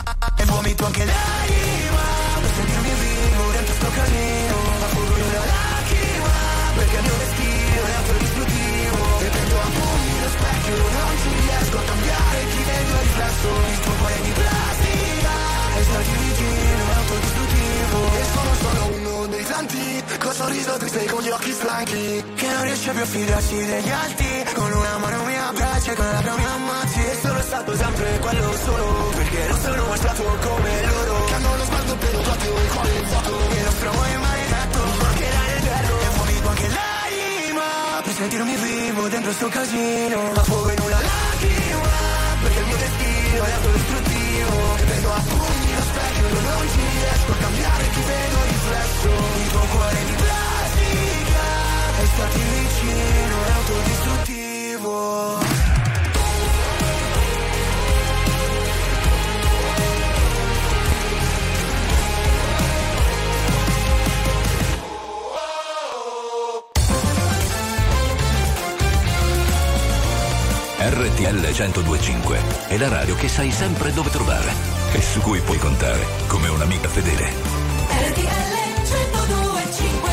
E vomito anche l'anima per sentirmi vivo dentro sto casino. Ma fuoco in una lacrima perché il mio destino è autodistruttivo. E prendo a pugni lo specchio, non ci riesco a cambiare chi vedo il riflesso. Il tuo cuore di plastica e starti vicino è autodistruttivo. E sono solo uno dei tanti col sorriso triste con gli occhi stanchi, che non riesce più a fidarsi degli altri. Con una mano mi abbraccia e con l'altra mi ammazzi. E sono stato sempre quello solo, perché non sono mai stato come loro, che hanno lo sguardo penetrato e il cuore in vuoto. E lo stromo è maledetto, mancherà l'eterno. E vomito anche l'anima per sentirmi vivo dentro sto casino. Ma fuoco in una lacrima perché il mio destino è autodistruttivo. E prendo a pugni lo specchio, non ci riesco a cambiare chi vedo riflesso. Il tuo cuore di plastica e starti vicino è autodistruttivo. R T L centodue e cinque è la radio che sai sempre dove trovare e su cui puoi contare come un'amica fedele. R T L centodue e cinque.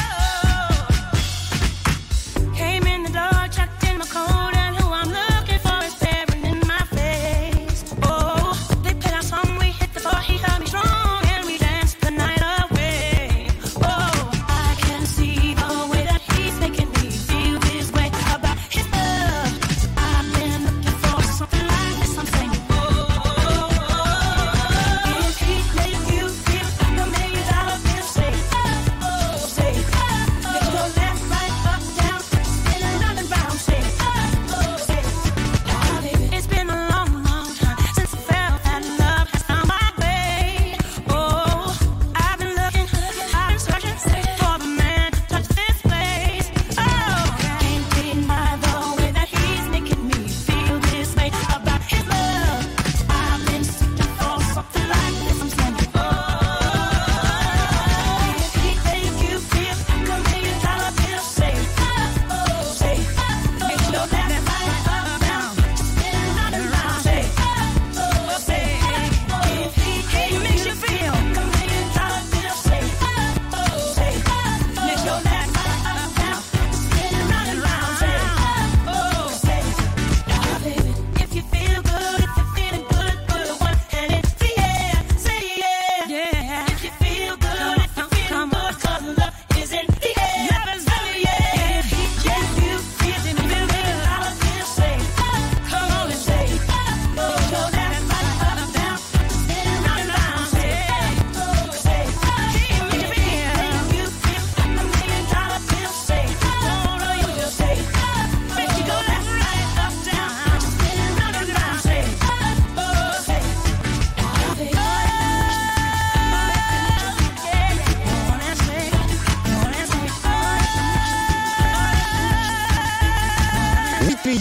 Came in the door, checked in my code, and who I'm looking for.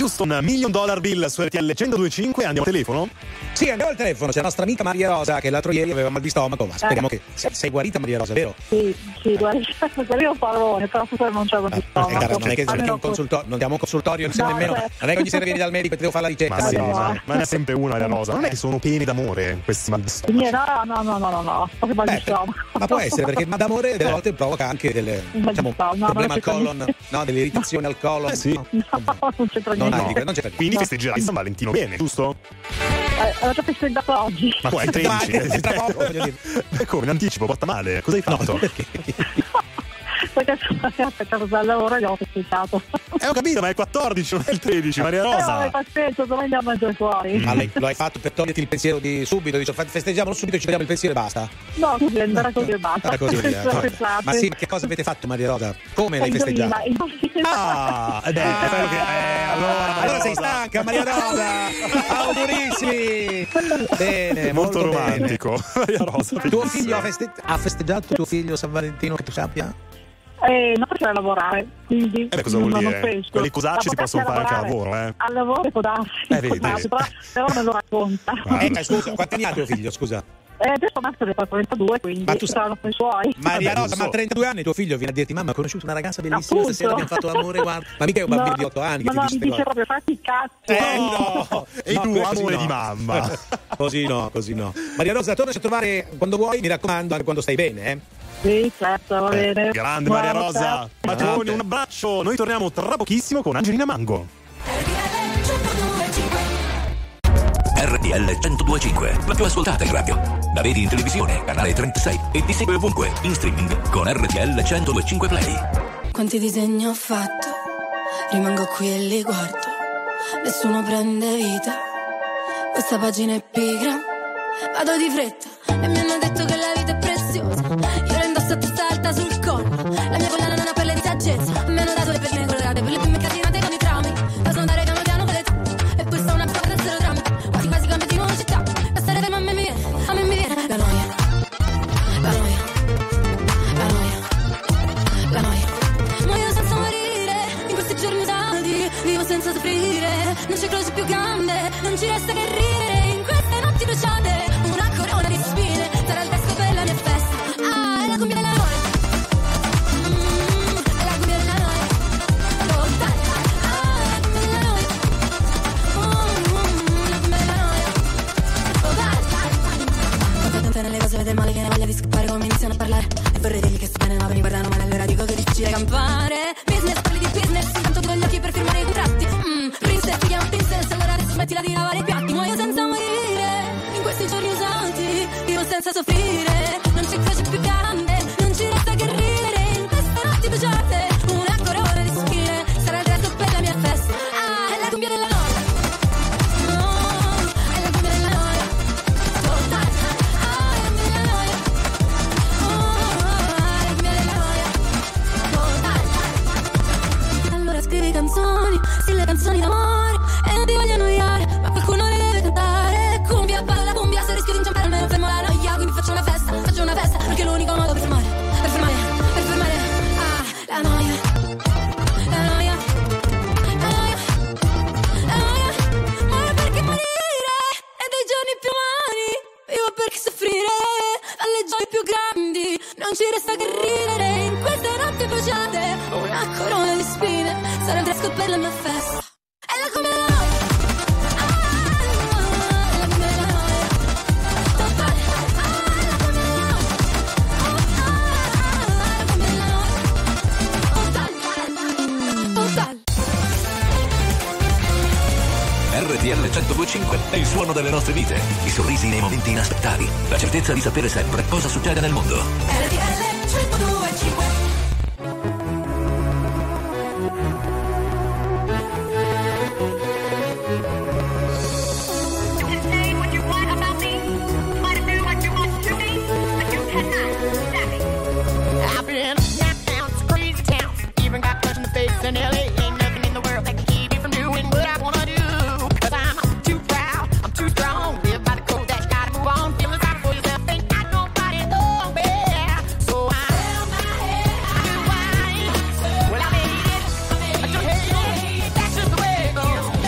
Houston, Million Dollar Bill su R T L centodue e cinque. Andiamo al telefono? Sì, andiamo al telefono. C'è la nostra amica Maria Rosa che l'altro ieri aveva mal di stomaco. Ma speriamo che sei, sei guarita, Maria Rosa, vero? Sì, sì, guarda, io parole, però stasera non c'è mal di stomaco. Eh, cara, non è che perché un consultorio, non diamo un consultorio, non, No, nemmeno, certo. non è che ogni sera vieni dal medico e ti devo fare la ricetta. Ma sì, Maria Rosa. ma ne è sempre una, Maria Rosa. Non è che sono pene d'amore questi mal di stomaco. No, no, no, no, no, no, proprio mal di stomaco. Ma può essere perché ma d'amore delle volte provoca anche delle diciamo, no, problemi non al c'entra colon, niente. no, delle irritazioni al colon. Eh sì. No, non c'entra Non, niente. hai- non c'è Quindi No. festeggerai San Valentino bene, giusto? Eh, l'ho già festeggiato oggi. Ma qua è il tredici. Ma- tra poco, voglio dire. Ma come, in anticipo, porta male. Cosa hai fatto? Perché sono a casa dal lavoro e ho festeggiato. Eh, ho capito, ma è il quattordici, non è il tredici, Maria Eh, vabbè, Rosa. pazienza, domani andiamo a mangiare fuori. Ma lei- lo hai fatto per toglierti il pensiero di subito, dice fa- festeggiamolo subito, ci togliamo il pensiero e basta. No, così andrà così e basta. Era così, eh. Sono pensate. Ma sì, ma che cosa avete fatto, Maria Rosa? Come l'hai Indovina, festeggiato? indovina. Ah, ed è quello che eh, allora, Maria Allora sei Rosa. stanca, Maria Rosa! Augurissimi! Bene, Molto molto, romantico. Maria Rosa. bene. Tuo figlio ha, feste- ha festeggiato tuo figlio San Valentino, che tu sappia? Eh, non faceva lavorare, quindi Eh beh, cosa vuol non dire? penso. Quelli cosacci Ma si possono potesse fare anche al lavorare. lavoro, eh. Al lavoro può darsi, Eh, può vedi. darsi, però, però me lo racconta. Eh, scusa, quanti anni ha tuo figlio, scusa? Eh, adesso Max è trentadue, quindi Ma tu sai- saranno i suoi. Maria Vabbè, Rosa, lo ma so. a trentadue anni tuo figlio viene a dirti mamma ho conosciuto una ragazza bellissima Appunto. stasera, abbiamo fatto l'amore, guarda. Ma mica è un bambino No, di otto anni che ma ti no, dice mi dice queste cose. proprio fatti i cazzi. Eh no! E No, tu, questo amore sì, di no. mamma. Così no, così no. Maria Rosa, tornaci a trovare quando vuoi, mi raccomando, anche quando stai bene, eh. Sì, certo, va bene. Grande Maria Buona Rosa. notte. Bacioni, un abbraccio. Noi torniamo tra pochissimo con Angelina Mango. R T L centodue e cinque, la più ascoltata in radio. La vedi in televisione, canale trentasei e ti segue ovunque, in streaming con R T L centodue e cinque Play. Quanti disegni ho fatto, rimango qui e li guardo, nessuno prende vita, questa pagina è pigra, vado di fretta e mi hanno detto che la vita è preziosa, io la indosso a testa alta sul collo, la mia collana non ha pelle di saggezza, mi hanno dato le perline colorate per le prime casinate con i traumi, da andare piano piano con l'età, e poi sta una cosa da zero drammi, quasi quasi cambio di nuova città, a stare fermo a me mi viene, a me mi viene la noia, la noia, la noia, la noia. Muoio senza morire, in questi giorni usati, vivo senza soffrire, non c'è croce più grande, non ci resta che ridere, in queste notti bruciate, una corona di spine, sarà il testo per la mia festa, ah, è la cumbia della noia, mm, è la cumbia della noia, oh, dai, ah, è la cumbia della noia, oh, mm, la cumbia della noia, oh, dai, dai, dai. Tante nelle cose vede male che ne voglia di scappare, come iniziano a parlare, e vorrei dirgli che sto bene ma mi guardano male, allora dico che difficile campare, business, parli di business, intanto tu con gli occhi per firmare i contratti, mm, princess, ti chiamo princess, allora adesso smettila di lavare i piatti, muoio senza morire, in questi giorni usati, vivo senza soffrire, non c'è croce più grande, non ci resta che ridere, in queste notti bruciate, una corona di spine, sarà il resto per la mia festa, ah, è la cumbia della noia, oh, è la cumbia della noia, oh, dai, ah, è la cumbia della noia, oh, è la cumbia della noia, oh, dai, dai. Allora scrivi canzoni, sì le canzoni d'amore, e non ti voglio annoiare, ma qualcuno le deve cantare, cumbia, balla cumbia, se rischio di inciampare almeno fermo la noia, quindi faccio una festa, faccio una festa, perché è l'unico modo per fermare, per fermare, per fermare, ah, la noia, la noia, la noia, la noia, muore perché morire, e dei giorni più umani, vivo perché soffrire, alle gioie più grandi, non ci resta che ridere, in queste notti bruciate, una corona di spine, sarà il fresco per la mia festa, è la cumbia della noia, ah, è la cumbia della noia, totale, ah, è la cumbia della noia, oh, ah, è la cumbia della noia, totale, totale. R T L centodue e cinque è il suono delle nostre vite, i sorrisi nei momenti inaspettati, la certezza di sapere sempre cosa succede nel mondo. R T L centodue e cinque. I've been downtown, it's a crazy town. Even got punched in the face in L A. Ain't nothing in the world that can keep me from doing what I wanna do. Cause I'm too proud, I'm too strong. Live by the code that you gotta move on. Feeling sorry for yourself, ain't got nobody know me. So I held my head, I do why. Well, I made it, I just hate it. That's just the way it goes.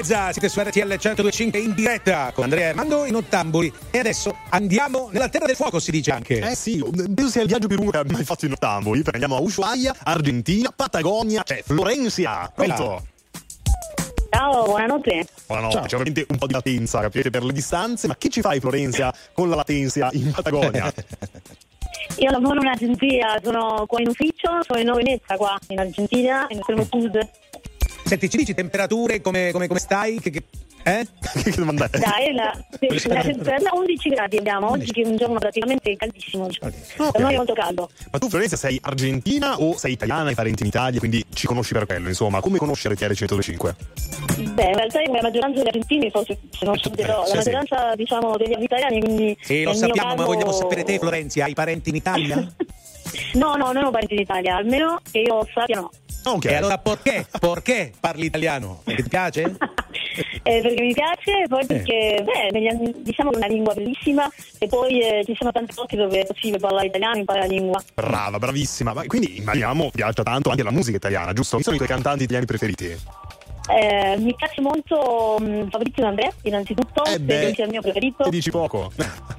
mezza, siete su R T L centodue e cinque in diretta con Andrea e Armando in Ottamboli. E adesso andiamo nella terra del fuoco, si dice anche. Eh sì, penso sia il viaggio più lungo che abbia mai fatto in Ottamboli, perché andiamo a Ushuaia, Argentina, Patagonia, c'è Florencia. Pronto? Ciao, buonanotte. Buonanotte, c'è ovviamente un po' di latenza, capite, per le distanze, ma che ci fai Florencia con la latenza in Patagonia? Io lavoro in un'agenzia, sono qua in ufficio, sono in Venezia qua in Argentina, in estremo sud. Senti, ci dici temperature, come, come, come stai? Che, che, eh? Che domanda è? Dai, la, la temperatura undici gradi abbiamo, oggi che è un giorno praticamente caldissimo, Okay. per noi è molto caldo. Ma tu Florencia sei argentina o sei italiana, hai parenti in Italia, quindi ci conosci per quello, insomma, come conosci R T L centodue e cinque? Beh, in realtà la maggioranza degli argentini, forse se non però, sì, la maggioranza diciamo degli italiani, quindi Sì, lo nel mio sappiamo, caso- ma vogliamo sapere te, Florenzia, hai parenti in Italia? No, no, non ho parenti in Italia, almeno che io sappia no. Ok. E allora perché? Perché parli italiano? Perché ti piace? Eh, perché mi piace e poi perché beh, negli anni- diciamo che è una lingua bellissima e poi eh, ci sono tanti posti dove è possibile parlare italiano e imparare la lingua. Brava, bravissima. Ma quindi immaginiamo piaccia tanto anche la musica italiana, giusto? Chi sono i tuoi cantanti italiani preferiti? Eh, mi piace molto mh, Fabrizio Andrea, innanzitutto, Eh beh, penso sia il mio preferito. E dici poco.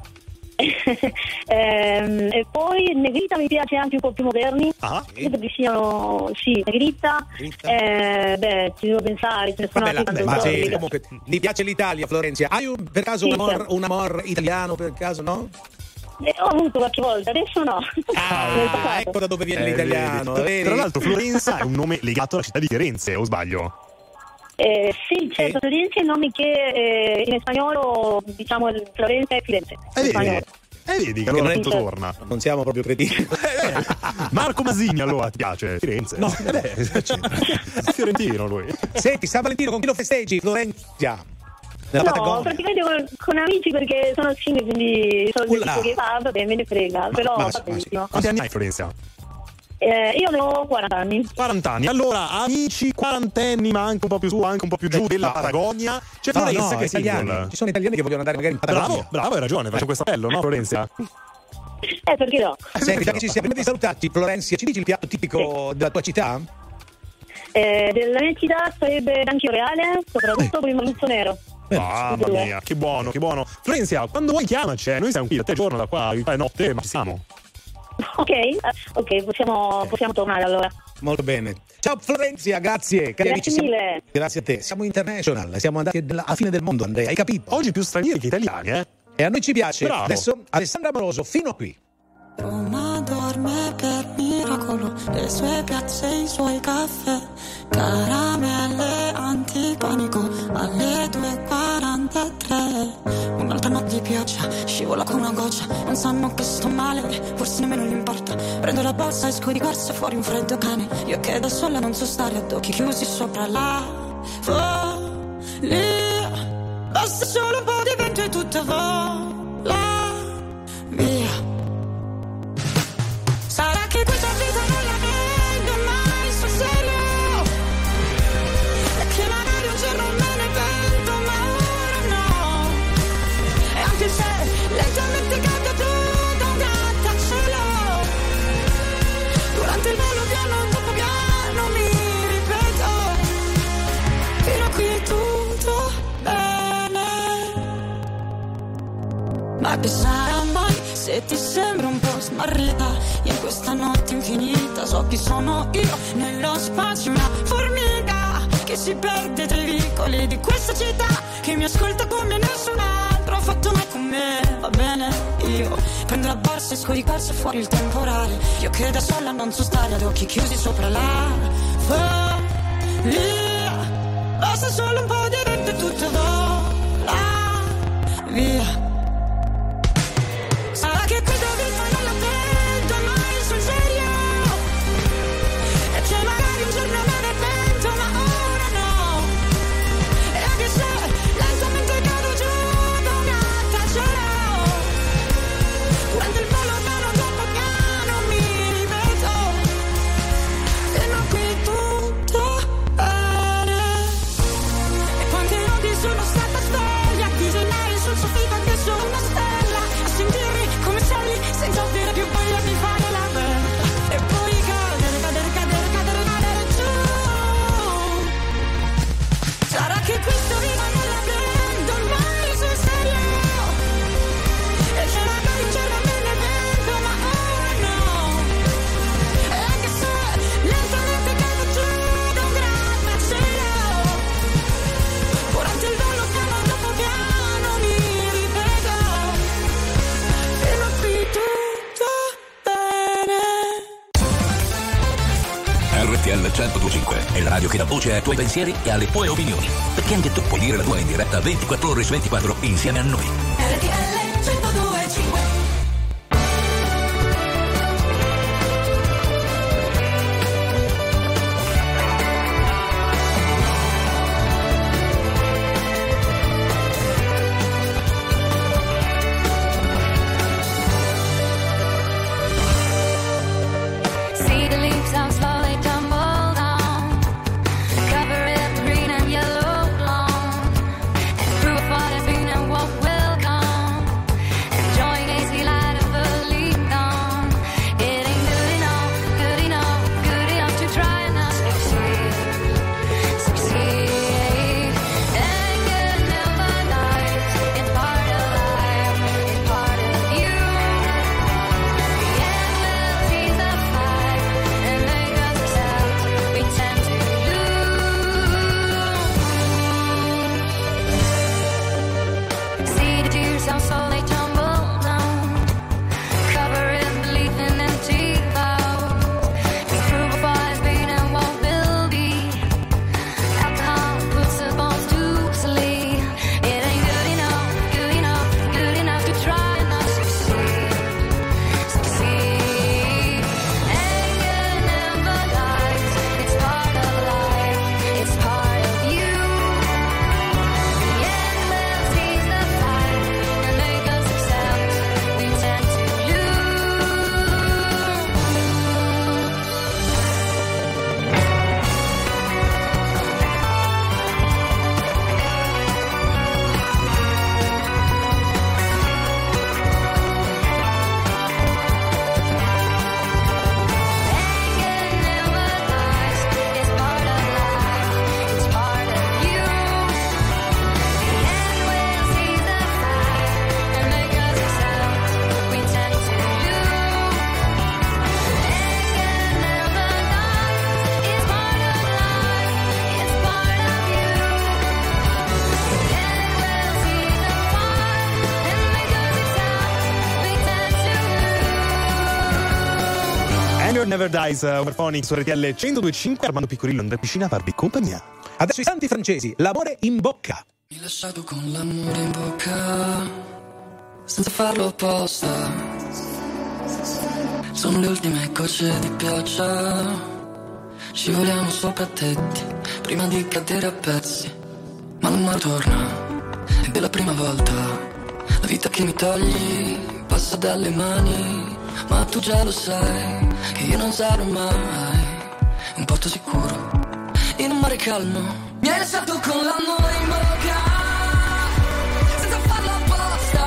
Ehm, e poi Negrita mi piace anche un po' più moderni. Ah, credo che siano sì, Negrita. Eh, beh, ci devo pensare, ce ne sono Vabbè, altri la- ma cantautori. sì, comunque, mi piace l'Italia, Florenzia. Hai un, per caso Sì, un amor, certo. un amor italiano, per caso, no? Eh, ho avuto qualche volta, adesso no. Nel passato. Ah, ecco da dove viene Eh, l'italiano. vedi. vedi? Tra l'altro Florenza è un nome legato alla città di Firenze, o sbaglio? Eh, sì, certo, Firenze è nomi che eh, in spagnolo diciamo il Florenza e Firenze. Eh, in vedi? spagnolo. Eh, vedi che allora Perché tutto non- torna. Non siamo proprio cretini. Marco Masini allora ti piace? Firenze? No, eh beh, è fiorentino lui. Senti, San Valentino con chi lo festeggi, Florenzia? Nella No, Patagonia? praticamente con, con amici perché sono single, quindi sono il Ulla. che fa, vabbè, me ne frega, però Ma- va ma- benissimo. Quanti anni hai Florenza? Eh, io ne ho quaranta anni. quaranta anni. Allora, amici quarantenni, ma anche un po' più su, anche un po' più giù della Patagonia. C'è No, Florenza no, che è italiani. single. Ci sono italiani che vogliono andare magari in Patagonia. Bravo, bravo, hai ragione, faccio questo appello, no Florenza? Eh, perché no? Senti, già che ci siamo, prima di salutarti, Florenzia, ci dici il piatto tipico della tua città? Eh, della mia città sarebbe l'anchio reale, soprattutto con il marluzzo nero. Mamma mia, che buono, che buono. Florencia, quando vuoi chiamaci, eh. Noi siamo qui da te giorno, da qua, è notte, ma ci siamo. Ok, eh, ok, possiamo, possiamo tornare allora. Molto bene. Ciao Florenzia, grazie. Cari Grazie amici, siamo- mille. Grazie a te. Siamo international, siamo andati alla alla fine del mondo, Andrea, hai capito? Oggi più stranieri che italiani, eh? E a noi ci piace. Bravo. Adesso Alessandra Amoroso, fino a qui. Roma dorme per miracolo, le sue piazze, i suoi caffè, caramelle antipanico alle due e quarantatré. Un'altra notte di pioggia, scivola come una goccia, non sanno che sto male, forse nemmeno gli importa. Prendo la borsa, esco di corsa, fuori un freddo cane, io che da sola non so stare ad occhi chiusi sopra la follia. Basta solo un po' di vento e tutto vola via. Sarà che questa vita non la prendo mai sul serio, e che magari un giorno me ne pento, ma ora no. E anche se lentamente cade giù da un grattacielo, durante il volo piano dopo piano mi ripeto, fino a qui è tutto bene. Ma che sarà mai se ti sembra un po' smarrita in questa notte infinita? So chi sono io nello spazio, una formica che si perde tra i vicoli di questa città, che mi ascolta come nessun altro ha fatto mai con me. Va bene, io prendo la borsa, esco di corsa, fuori il temporale, io che da sola non so stare ad occhi chiusi sopra la follia. Basta solo un po' di vento e tutto vola via. Sarà che questa vita non la prendo mai sul serio, e che magari un giorno me ne pento, ma ora no. E anche se lentamente cado giù da un grattacielo, durante il volo piano dopo piano mi ripeto, fino a qui tutto bene. E quante notti sono stata sveglia a disegnare sul soffitto anche solo R T L centodue e cinque è la radio che dà voce ai tuoi pensieri e alle tue opinioni. Perché anche tu puoi dire la tua in diretta ventiquattro ore su ventiquattro insieme a noi. R T L centodue e cinque. See the leaves how slowly tumble down, cover it green and yellow lawn, and through a forest green and what will come, enjoying hazy light of a leaf dawn. It ain't good enough, good enough, good enough to try and not succeed, succeed. And good never dies, it's part of life, it's part of you. The end will seize the fight and make us accept we tend to lose. See the tears how slowly tumble down, cover in belief in empty vows. It's proof of what has been and what will be. Alcohol puts the bones to sleep. It ain't good enough, good enough, good enough to try and not succeed, succeed. And good never dies, it's part of life, it's part of you. The end will seize the fight and make us accept we tend to And Your Never Dies, uh, Overphonic su R T L centodue e cinque. Armando Piccorillo, Andrea Piscina a farvi compagnia. Adesso i santi francesi, l'amore in bocca. Mi hai lasciato con l'amore in bocca, senza farlo apposta. Sono le ultime gocce di pioggia, scivoliamo sopra tetti, prima di cadere a pezzi. Ma l'amore torna, ed è la prima volta. La vita che mi togli passa dalle mani, ma tu già lo sai che io non sarò mai un porto sicuro in un mare calmo. Mi hai lasciato con l'amore in bocca, senza farlo apposta.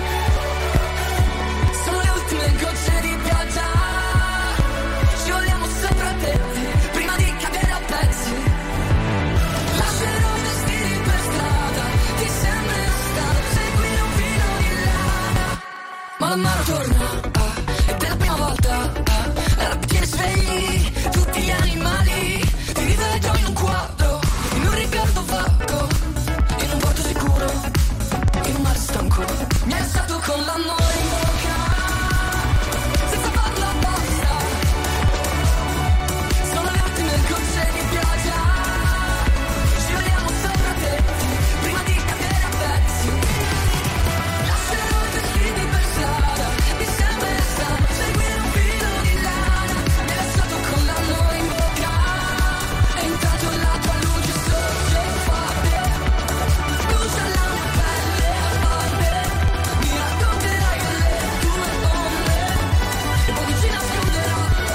Sono le ultime gocce di pioggia, scivoliamo sopra tetti, prima di cadere a pezzi. Lascerò i vestiti per strada, ti sembra strano seguire un filo di lana. Ma la mano torna, ah, ed è la prima volta, ah, la rabbia tiene svegli tutti gli animali. Ti rivedo in un quadro, in un ricordo vago, in un porto sicuro, in un mare stanco. Mi hai lasciato con l'amore in bocca, senza farlo apposta. Sono le ultime gocce di pioggia, scivoliamo sopra tetti, prima di cadere a pezzi. Lascerò i vestiti per strada, mi sembra strano seguire un filo di lana. Mi hai lasciato con l'amore in bocca, e intanto la tua luce sorge forte, brucia la mia pelle a parte. Mi racconterai delle tue onde, e poi ci nasconderò.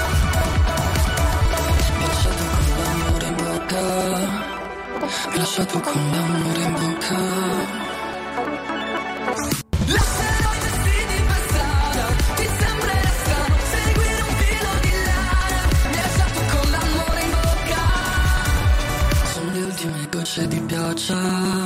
Mi hai lasciato con l'amore in bocca, mi hai lasciato con l'amore in bocca. Lascerò i vestiti per strada, ti sembra strano seguire un filo di lana. Mi hai lasciato con l'amore in bocca, sono le ultime gocce di pioggia.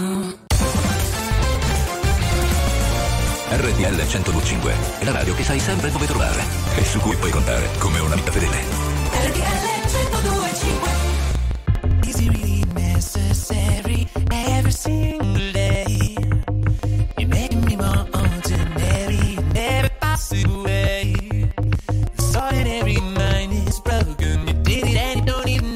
R T L centodue e cinque è la radio che sai sempre dove trovare e su cui puoi contare come una vita fedele. R T L centodue e cinque. Is it really necessary every single day? You're making me more ordinary in every possible way. The solitary mind is broken. You did it and you don't even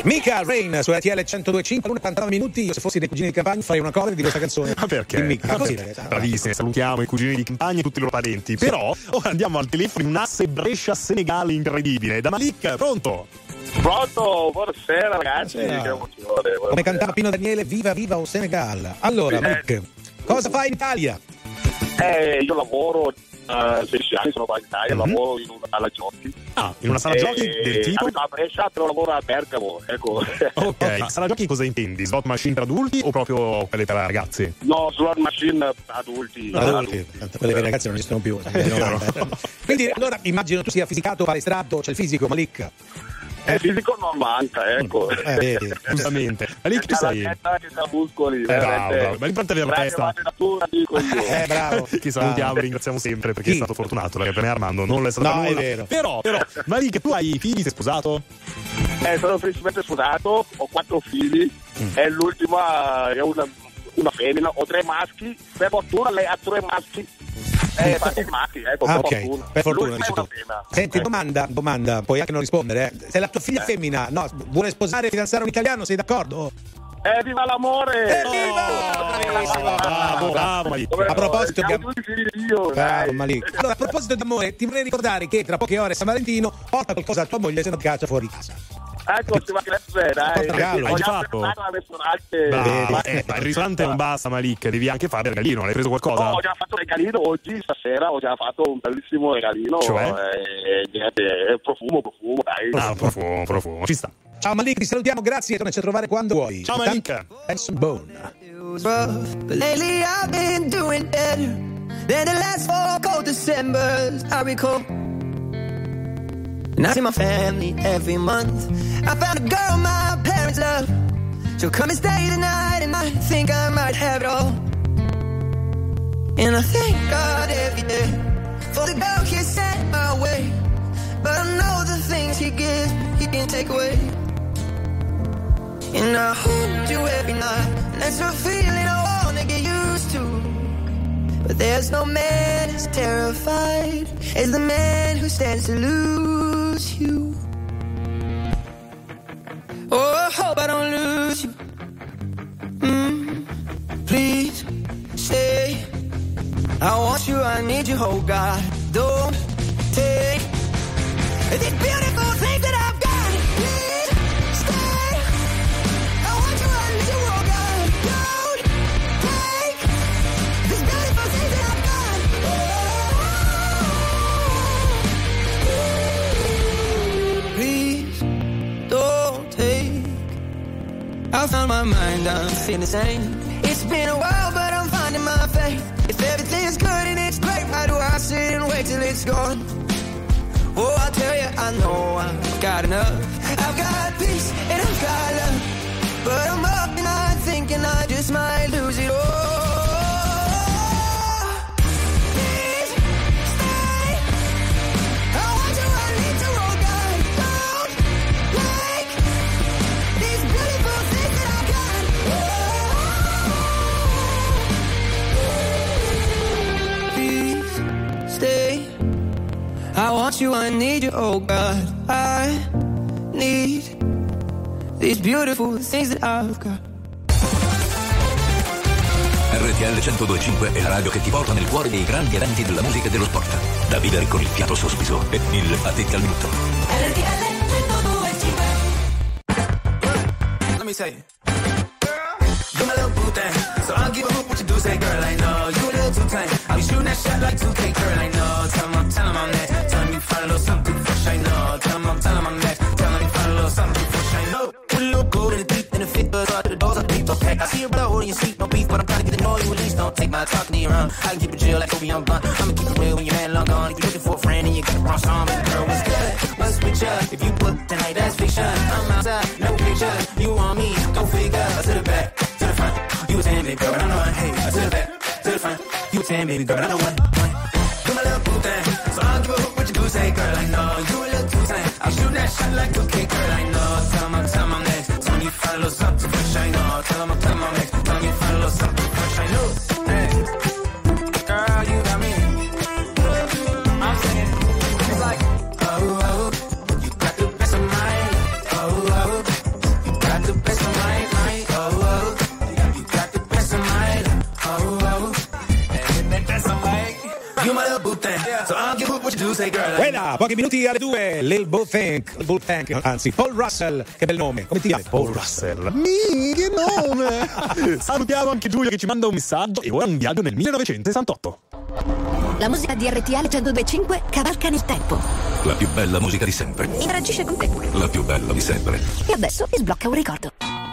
Mika Rain su R T L centodue e cinque, quarantanove minuti. Io se fossi dei cugini di campagna farei una cover di questa canzone. Ma perché? Di Mika. Ma Così, perché? ragazzi. Bravissimi, salutiamo i cugini di campagna e tutti i loro parenti. Però ora andiamo al telefono in un asse Brescia-Senegal incredibile. Da Malik, pronto? Pronto, buonasera ragazzi. Buonasera. Che emozione, buonasera. Come cantava Pino Daniele, viva viva o Senegal. Allora, Eh. Malik, cosa fai in Italia? Eh, io lavoro uh, sedici anni, sono qua in Italia, Mm-hmm. lavoro in una sala giochi. Ah, in una sala Eh, giochi del tipo? abito a Brescia, però lavoro a Bergamo, ecco. Ok, sala giochi cosa intendi? Slot machine per adulti o proprio quelle per ragazzi? No, slot machine adulti. Adulti. Tanto quelle per i ragazzi non esistono più. Quindi allora immagino tu sia fisicato, palestrato, c'è il fisico, Malik. Eh, fisico non manca, ecco. Eh, vedi. Giustamente. Malik, tu C'è la sei... testa che ha muscoli, Eh, bravo, veramente. bravo. Ma l'importante è avere la Grande testa. natura, dico io. Eh, bravo. Ti salutiamo e ringraziamo sempre perché Chi? è stato fortunato, perché per me Armando non l'è stato No, per è nulla. vero. Però, però, Malik, tu hai figli, sei sposato? Eh, sono felicemente sposato, ho quattro figli Mm. e l'ultima è una, una femmina, ho tre maschi, per fortuna lei ha tre maschi. Eh, ma i maschi, ecco, Ah, per ok, fortuna. per fortuna, L'ultima dici è una tu. femmina. Senti, Eh. domanda, domanda, puoi anche non rispondere. Eh. Se la tua figlia è femmina, no, vuole sposare e fidanzare un italiano, sei d'accordo? Eh, viva l'amore! Evviva! Bravo, bravo, Malik. A proposito di Siamo tutti figli io, Bravo, dai. Malik. Allora, a proposito di amore, ti vorrei ricordare che tra poche ore è San Valentino, porta qualcosa a tua moglie se non ti caccia fuori casa. Ecco, si va che le dai. Regalo. Ho Hai già fatto? preparato al ristorante. Bravo. Ma- Eh, ma il ristorante non basta, Malik, devi anche fare il regalino. L'hai preso qualcosa? No, ho già fatto un regalino oggi, stasera ho già fatto un bellissimo regalino. Cioè? Eh, niente, eh, profumo, profumo, dai. Ah, profumo, profumo. Ci sta. Ciao Malik, ti salutiamo, grazie, tornaci a trovare quando vuoi. Ciao, Malik. Benson Bone. rough, but lately I've been doing better than the last four cold Decembers I recall. And I see my family every month. I found a girl my parents love. She'll come and stay the night, and I think I might have it all. And I thank God every day for the girl He sent my way. But I know the things He gives, He can take away. And I hold you every night, and that's a feeling I wanna get used to. But there's no man as terrified as the man who stands to lose you. Oh, I hope I don't lose you. Mm, please stay. I want you, I need you, oh God. Don't take these beautiful things that I've got. Please stay. I want you, I need you, oh God. Don't take these beautiful things that I've got. Please don't take. I found my mind, I'm feeling the same. It's been a while, but I'm finding my faith. If everything's good and it's great, why do I sit and wait till it's gone? Oh, I tell you, I know I've got enough. I've got peace and I've got love. But I'm up and I'm thinking I just might lose it all. Please stay. I want you, I need you, oh God. Don't break these beautiful things that I've got. Please stay. I want you, I need you, oh God. I need these beautiful things that I've got. R T L centodue e cinque è la radio che ti porta nel cuore dei grandi eventi della musica e dello sport. Da vivere con il fiato sospeso e mille addetti al minuto. R T L centodue e cinque. Let me say, do my little boo thing. So I'll give a hoop what you do, say, girl, I know you a little too tame. I'll be shooting that shot like two K, girl, I know. Tell 'em I'm, tell 'em I'm next. Tell 'em you find a little something fresh, I know. Tell 'em I'm, tell 'em I'm next. Tell 'em you find a little something fresh, I know. Put a little gold in the deep in the fit, but out to the doors, I peep, okay. I see your brother holding your seat, no beef, but I'm trying to get to know you at least. Don't take my talking to you around. I can keep it chill like Kobe on blunt. I'ma keep it real when your man long gone. If you're looking for a friend and you got the wrong song, baby girl, what's good? What's with ya? If you book tonight, that's fiction. I'm outside, no picture. You want me? Go figure. To the back, to the front. You a ten, baby girl, but I know one. Hey, to the back, to the front. You a ten, baby girl, but I know one. one. Do my little boo thing. So I'll give a hoop what you do, say, girl, I know. You a little too tame. I'll shoot that shot like a kick, girl, I know. Tell 'em I'm, tell 'em I'm next. Tell 'em you find a little something fresh, I know. Tell 'em I'm, tell 'em I'm next. Tell 'em you find a little something fresh, I know. Hey, girl, you got me. I'm saying, it's like, oh, oh, you got the best of mine. Oh, oh, my little boo thing. So I don't give a what you do, say girl. Quella, pochi minuti alle due, Lil Bo Think, Bo Think, anzi Paul Russell, che bel nome, come ti chiami? Paul Russell. Mi, che nome! Salutiamo anche Giulio che ci manda un messaggio e ora un viaggio nel millenovecentosessantotto. La musica di R T L centodue e cinque cavalca nel tempo. La più bella musica di sempre. Interagisce con te. La più bella di sempre. E adesso ti sblocca un ricordo.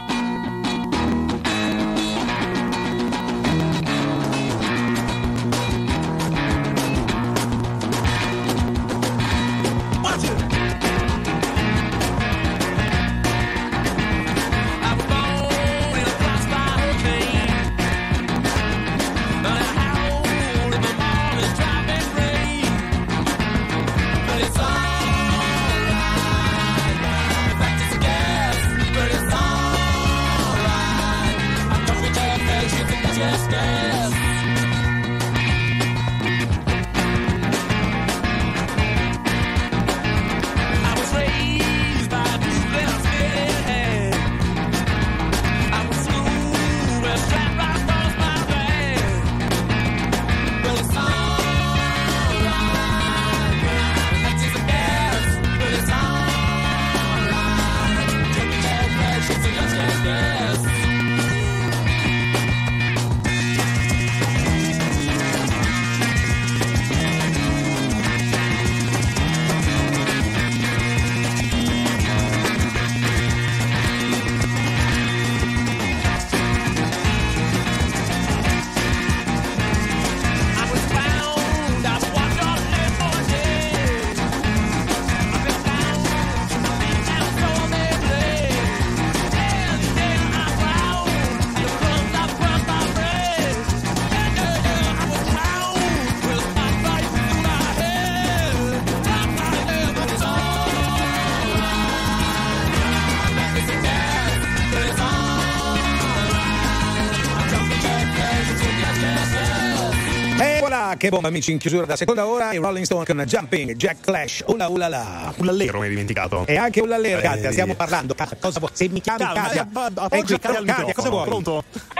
Che bomba, amici, in chiusura da seconda ora i Rolling Stone con Jumping Jack Flash. Ula ula la. Un lallero mi hai dimenticato. E anche un lallero, eh, Katia, stiamo parlando. Katia, cosa vuoi? Se mi chiami Katia, appoggia Katia al Katia, cosa vuoi? Pronto?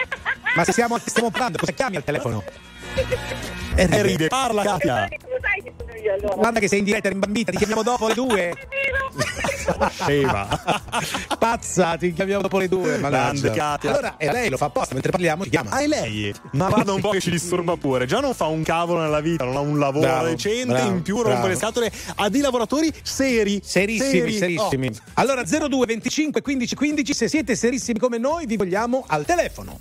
Ma se stiamo, stiamo parlando, cosa chiami al telefono? E ride. ride, parla Katia. Guarda che sei in diretta, rimbambita, ti chiamiamo dopo le due. Scema. Pazza, ti chiamiamo dopo le due. Grande Katia. Allora, e lei lo fa apposta, mentre parliamo ci chiama. Ah, è lei? Ma guarda un po' che ci disturba pure. Già non fa un cavolo nella vita, non ha un lavoro bravo, decente, bravo, in più bravo. rompe le scatole a dei lavoratori seri. Serissimi, seri. serissimi. Oh. Allora zero due venticinque quindici quindici, se siete serissimi come noi, vi vogliamo al telefono.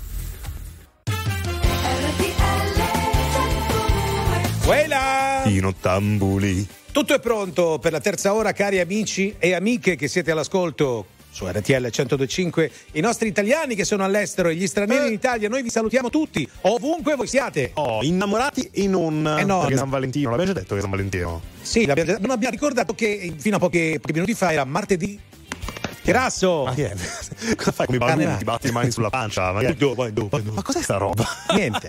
Quella! I nottambuli. Tutto è pronto per la terza ora, cari amici e amiche che siete all'ascolto su R T L centodue e cinque, i nostri italiani che sono all'estero e gli stranieri eh. in Italia. Noi vi salutiamo tutti, ovunque voi siate. Oh, innamorati e non. Eh no, perché no. San Valentino, l'abbiamo già detto che è San Valentino. Sì, l'abbiamo, non abbiamo ricordato che fino a pochi, pochi minuti fa era martedì. Grasso! Ma che è? Cosa fai con i bambini? Ti batti le mani sulla pancia? Ma, che... do, vai, do, vai, do. Ma cos'è sta roba? Niente.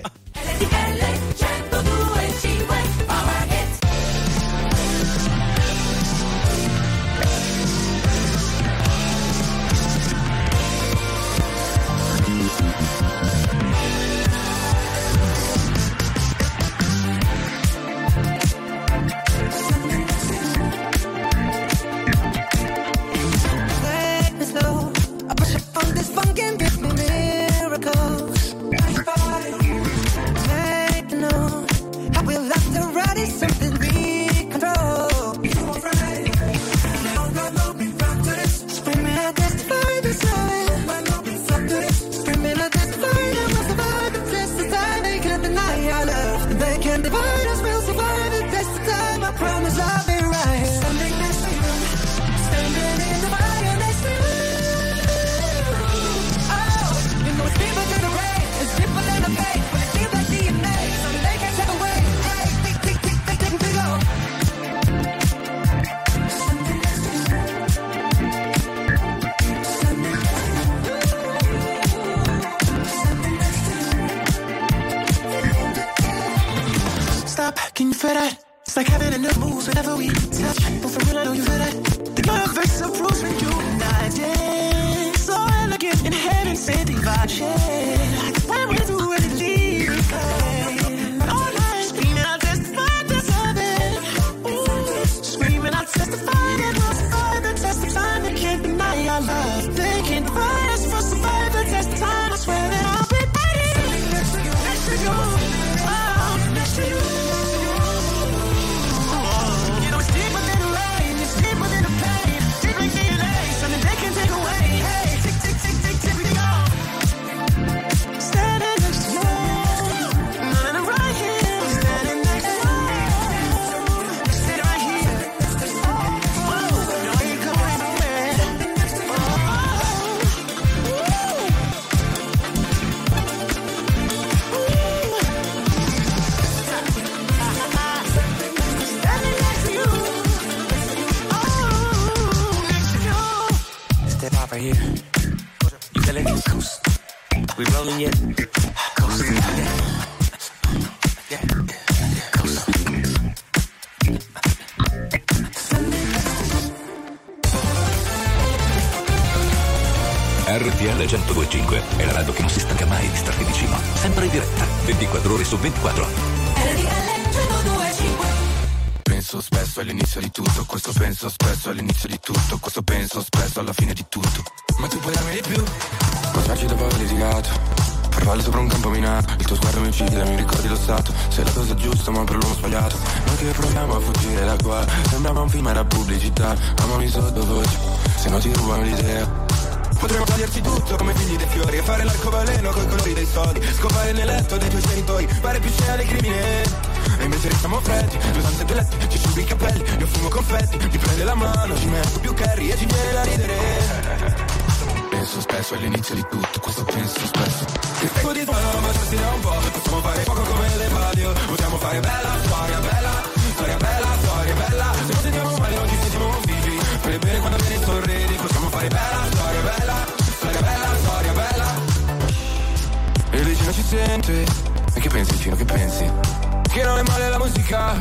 Can you feel that? It's like having a new moves whenever we touch. But for real, I know you feel that. The face approves when you and I dance. So elegant in heaven, sent divine shade. When we do it, leave it all night, screaming out just right here. You feeling it? Coast. We rolling yet? Coast. Yeah. Yeah. Coast. R T L centodue e cinque è la radio che non si stanca mai di starti vicino. Sempre in diretta, ventiquattro ore su ventiquattro. R T L centodue e cinque. Penso spesso all'inizio di tutto, questo penso spesso all'inizio di tutto, questo penso spesso alla fine di tutto. Ma tu puoi darmi di più? Baciarci dopo aver litigato, farfalle sopra un campo minato, il tuo sguardo mi uccide, mi ricordi lo stato, sei la cosa giusta ma per l'uomo sbagliato. Noi che proviamo a fuggire da qua, sembrava un film, era pubblicità, amami sottovoce, se no ti rubano l'idea. Potremmo toglierci tutto come figli dei fiori e fare l'arcobaleno coi colori dei soldi, scopare nel letto dei tuoi genitori, fare più scena dei criminali. E invece restiamo freddi, due stanze due letti, ci ciubi i capelli, io fumo confetti, ti prende la mano, ci metto più curry e ci viene da ridere. Penso spesso all'inizio di tutto, questo penso spesso. Che spego di tuono, ma ci da un po', possiamo fare poco come le radio, possiamo fare bella storia, bella, storia bella, storia bella. Se non sentiamo male non ci sentiamo vivi, fai bene quando vieni sorridi, possiamo fare bella storia, bella, storia bella, storia bella. E il vicino ci sente, e che pensi vicino, che pensi? Che non è male la musica.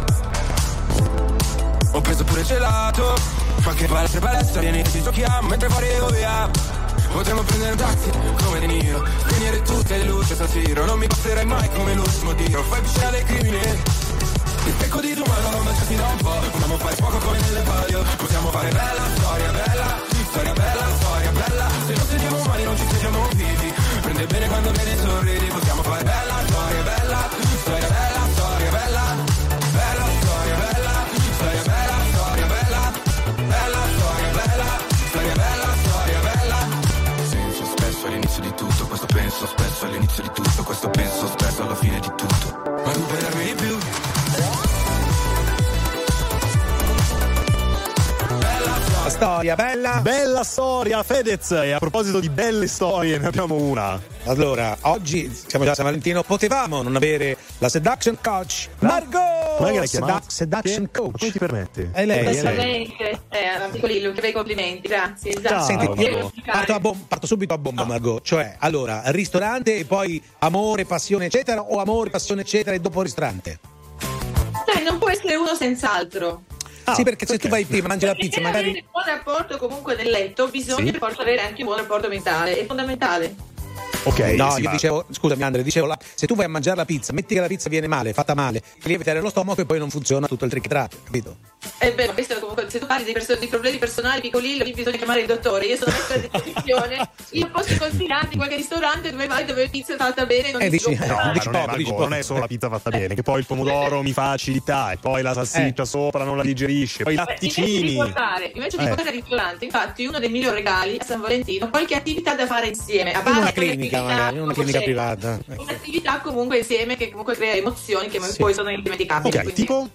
Ho preso pure gelato, qualche palestra palestra, vieni che ci giochiamo mentre fuori io via. Potremmo prendere un taxi come De Niro, spegnere tutte le luci a tiro, non mi passerai mai come l'ultimo tiro, fai piscina dei criminali. Il becco di tua mano, baciati da un po', possiamo fare fuoco come nelle palio, possiamo fare bella storia, bella, storia bella, storia bella. Se non sentiamo male non ci sentiamo vivi, prende bene quando vieni sorridi, possiamo fare bella storia, bella, storia bella, storia bella, bella storia bella, storia bella, storia bella, bella storia bella, storia bella, storia bella. Penso spesso all'inizio di tutto, questo penso spesso all'inizio di tutto, questo penso spesso alla fine di tutto. Ma tu puoi darmi di più? La storia bella. Bella storia, Fedez. E a proposito di belle storie, ne abbiamo una. Allora, oggi siamo già a San Valentino, potevamo non avere la seduction coach Margot. Com'è che la Sed- chiamate? seduction Che? coach. Ma come ti permette? È lei, è lei. Personalmente, eh, piccolino, che bei complimenti, grazie. Esatto. Senti, Ciao, io Margot. parto, a bom- parto subito a bomba, Margot. Cioè, allora, ristorante e poi amore, passione, eccetera, o amore, passione, eccetera, e dopo ristorante? Dai, non può essere uno senza altro. Ah, sì, perché se tu vai prima, mangi la pizza, Per magari. avere un buon rapporto comunque nel letto, bisogna Sì. per forza avere anche un buon rapporto mentale, è fondamentale. Ok, no, sì, io ma- dicevo, scusami Andre, dicevo, la- se tu vai a mangiare la pizza, metti che la pizza viene male, fatta male, ti lievita nello stomaco e poi non funziona tutto il trick track, capito? È vero, questo comunque, se tu parli di, perso- di problemi personali piccolini, lì bisogna chiamare il dottore. Io sono messa a disposizione. Io posso consigliarti qualche ristorante dove vai, dove la pizza è fatta bene. Non Eh, ti dici- preoccupare. No, ma Dici non, è, poco, Margot, dici non poco. è solo la pizza fatta bene, che poi il pomodoro mi fa acidità e poi la salsiccia Eh. sopra non la digerisce, poi i Beh, invece di latticini. portare, invece di Eh. portare al ristorante, infatti, uno dei migliori regali a San Valentino, qualche attività da fare insieme. A In parte una quelle clinica, attività magari, in una poco clinica serie. privata. Un'attività comunque insieme che comunque crea emozioni che Sì. poi sono indimenticabili. Ok, quindi- tipo?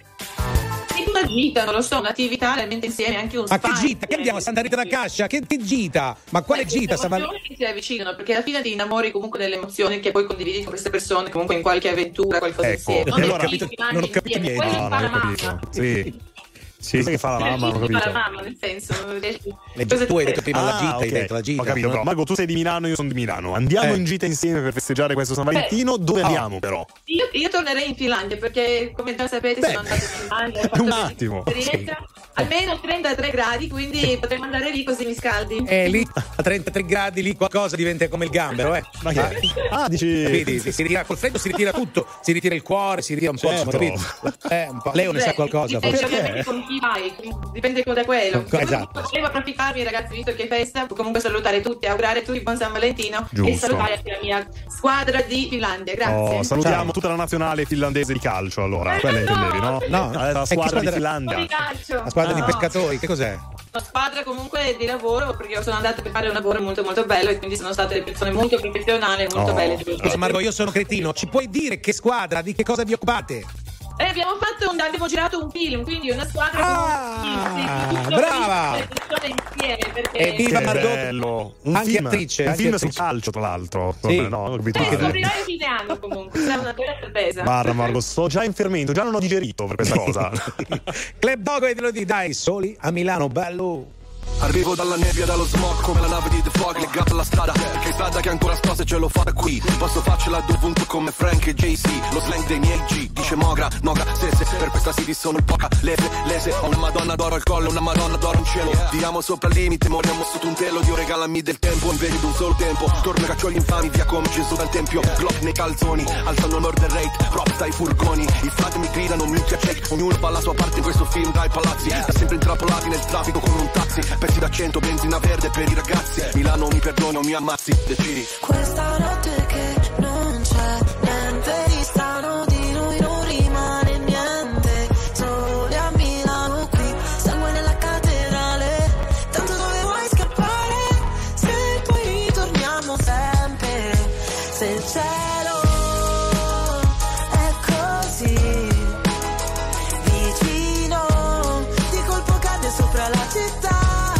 Tipo una gita, non lo so, un'attività realmente insieme, anche un Ma che spa gita? Che insieme. andiamo a Santa Rita da Cascia? Che, che gita? Ma quale Eh, gita? queste San Val- emozioni che si avvicinano, perché alla fine ti innamori comunque delle emozioni che poi condividi con queste persone, comunque in qualche avventura, qualcosa Ecco, insieme. e Non allora- è che ti mangi non ho capito insieme, niente. quello No, fa non la ho mamma. capito. Sì. Sì, sai che fa la mamma, non ho Fa la capito. mamma, nel senso, non riesci- Le- cosa tu hai ti- detto prima la Ah, gita, hai ok. detto la gita. Ho capito, no? però. Margot, tu sei di Milano, io sono di Milano. Andiamo Eh. in gita insieme per festeggiare questo San Valentino. Dove Oh. andiamo, però? Io, io tornerei in Finlandia perché, come già sapete, Beh, sono andata in Finlandia. Ho fatto un una attimo. esperienza, almeno trentatré gradi, quindi potremmo andare lì così mi scaldi. Eh, lì a trentatré gradi, lì qualcosa diventa come il gambero, eh. Ma che? Ah, dici. Capiti? Si, si ritira, col freddo si ritira tutto, si ritira il cuore, si ritira un po', Certo. capito? Eh, un po'. Leo ne sa qualcosa, Dipende forse. ovviamente con chi vai, dipende da quello. Esatto. Volevo approfittarmi, ragazzi, visto che è festa, comunque salutare tutti, augurare a tutti buon San Valentino Giusto. e salutare anche la mia squadra di Finlandia. Grazie. Oh, salutiamo Ciao. tutta la nazionale finlandese di calcio, allora. Quella intendevi, no? No. La, la E chi squadra di squadra- Finlandia. Di calcio. La squadra di No. pescatori, che cos'è? Una squadra comunque di lavoro, perché io sono andata per fare un lavoro molto molto bello e quindi sono state delle persone molto professionali, molto Oh. belle. Scusa Margot, io sono cretino, ci puoi dire che squadra, di che cosa vi occupate? E abbiamo fatto un, abbiamo girato un film, quindi una squadra Ah, con tutte brava! le persone insieme, perché E viva Che Margot, bello. Un anche film, attrice, un anche film attrice. sul calcio, tra l'altro. Sì. Vabbè, no, ho capito Eh, male. scoprirai a fine anno comunque, sarà una bella sorpresa. Guarda Margot, sto già in fermento, già non ho digerito per questa cosa. Club Dogo e te lo di dai, soli a Milano, bello. Arrivo dalla nebbia, dallo smog, come la nave di The Fog, legata alla strada, perché è strada che ancora sto se ce l'ho fatta qui. Posso farcela dovunque come Frank e Jay-Z, lo slang dei miei G, dice Mogra, Noga, Sese, per questa city sono il poca, lese, lese, ho una madonna d'oro al collo, una madonna d'oro in cielo, viriamo sopra il limite, moriamo sotto un telo, Dio regalami del tempo, in vedi d'un solo tempo, torno e caccio gli infami, via come Gesù dal tempio, Glock nei calzoni, alzano il murder rate, props dai furgoni, i frati mi gridano, minchia check, ognuno fa la sua parte in questo film dai palazzi, da sempre intrappolati nel traffico come un taxi, pezzi da cento, benzina verde per i ragazzi, Milano mi perdoni o mi ammazzi, decidi. Questa notte che non c'è niente di strano, di noi non rimane niente, soli a Milano qui, sangue nella cattedrale, tanto dove vuoi scappare, se poi ritorniamo sempre, se il cielo è così vicino, di colpo cade sopra la città.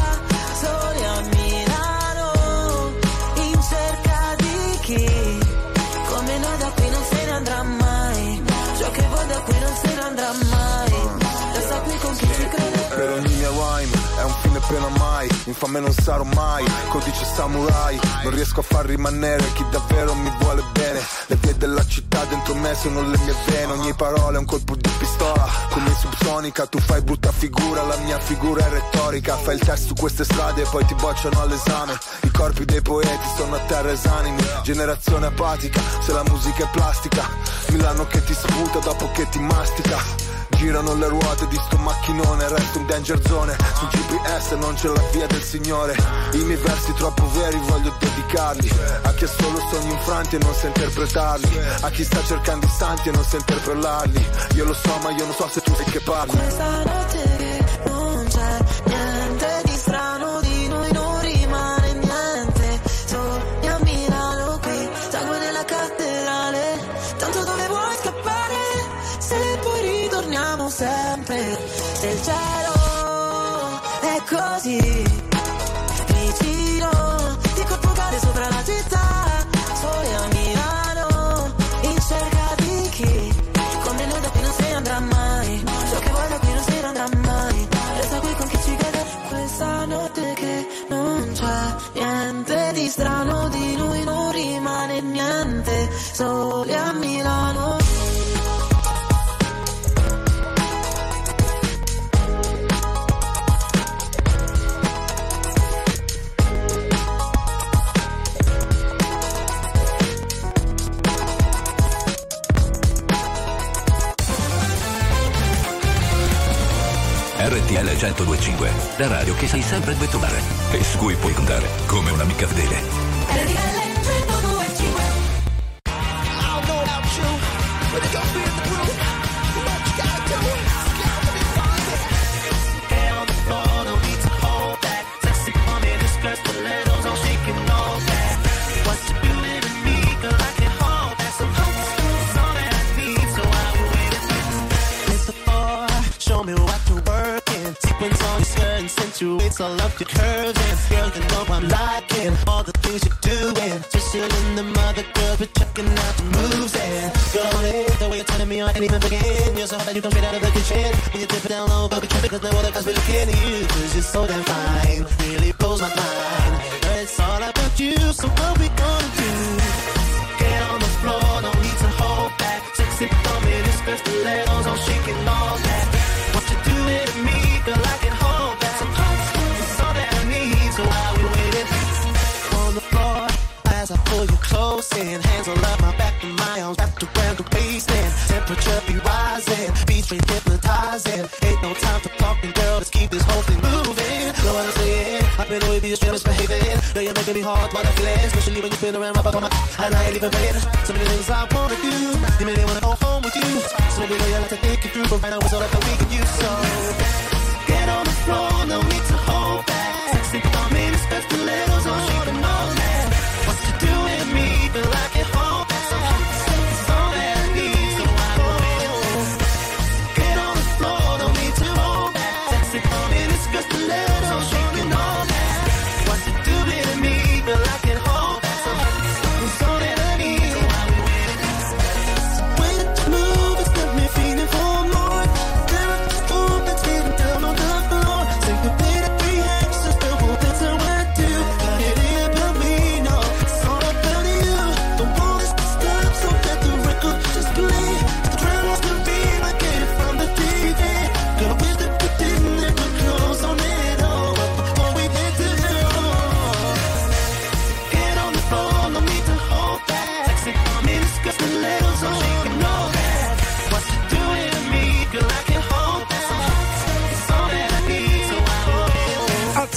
Per ogni mia rhyme è un fine pena mai, infame non sarò mai, codice samurai, non riesco a far rimanere chi davvero mi vuole bene, le vie della città dentro me sono le mie vene, ogni parola è un colpo di pistola, come subsonica, tu fai brutta figura, la mia figura è retorica, fai il test su queste strade e poi ti bocciano all'esame, i corpi dei poeti sono a terra esanimi, generazione apatica, se la musica è plastica, Milano che ti sputa dopo che ti mastica. Girano le ruote di sto macchinone, resto in danger zone, sul G P S non c'è la via del Signore, i miei versi troppo veri voglio dedicarli, a chi ha solo sogni infranti e non sa interpretarli, a chi sta cercando i santi e non sa interpellarli, io lo so ma io non so se tu sai che parli. Questa notte che non c'è niente di strano, di noi non rimane niente, soli a Milano qui, sangue nella cattedrale, tanto dove vuoi scappare, se poi ritorniamo sempre, se il cielo è così vicino, di colpo cade sopra la città, soli a Milano, in cerca di chi, come noi da qui non se ne andrà mai, ciò che vuoi da qui non se ne andrà mai, resta qui con chi ci crede, questa notte che non c'è niente di strano, di noi non rimane niente, soli a Milano. R T L centodue e cinque, la radio che sai sempre dove trovare e su cui puoi contare come un'amica fedele. R T L centodue e cinque. I don't know about you, but it don't be in the room. What you gotta do is gotta be fine. Get on the floor, no need to hold back. Sexy woman, this skirt, stilettos, all shaking all that. What you doing to me, girl, I can hold that. So hot, it's all that I need, so I will wait a minute. Hit the floor, show me what you're working. Sequins on your skirt and accentuates all of your curves. And girl, you know I'm liking all the things you're doing. Just chilling the mother girl, but checking out the moves. And girl, I hate the way you're turning me on and even begin. You're so hot that you come straight out of the kitchen. When you dip it down low, but be careful because now all the guys be looking at you. Cause you're so damn fine, really blows my mind. Girl, it's all about you, so what we gonna do? Get on the floor, no need to hold back. Sexy woman, this skirt, stilettos, all shaking all that. What you doing to me, girl, I can hold that. So it's all that I need, so I will wait it. On the floor, as I pull you close in, hands all up my back and my arms wrapped around the waistline. Temperature be rising, beat straight hypnotizing. Ain't no time for talking, girl, let's keep this whole thing moving. Know what I'm saying? I've been away, be a straight misbehaving. Girl, you're making me hard, what I feel, especially when you spin around right up on my, and I ain't even playing. So many things I wanna do, you made me wanna go home with you. So maybe girl, you like to think it through, but right now it's all that we can use. So get on the floor, no need to hold back. Sexy woman, it's best to let us all shaking all that. What you do with me, feel like it hold back. So it's all that I need, so I will. Get on the floor, no need to hold back. Sexy woman, it's best to let us all shaking all that. What you do with me, feel like it hold back. So it's all that I need, so I will. When you move, it's got me feeling for more. There is a storm that's feeling down on the floor. Say we played at three hands, just the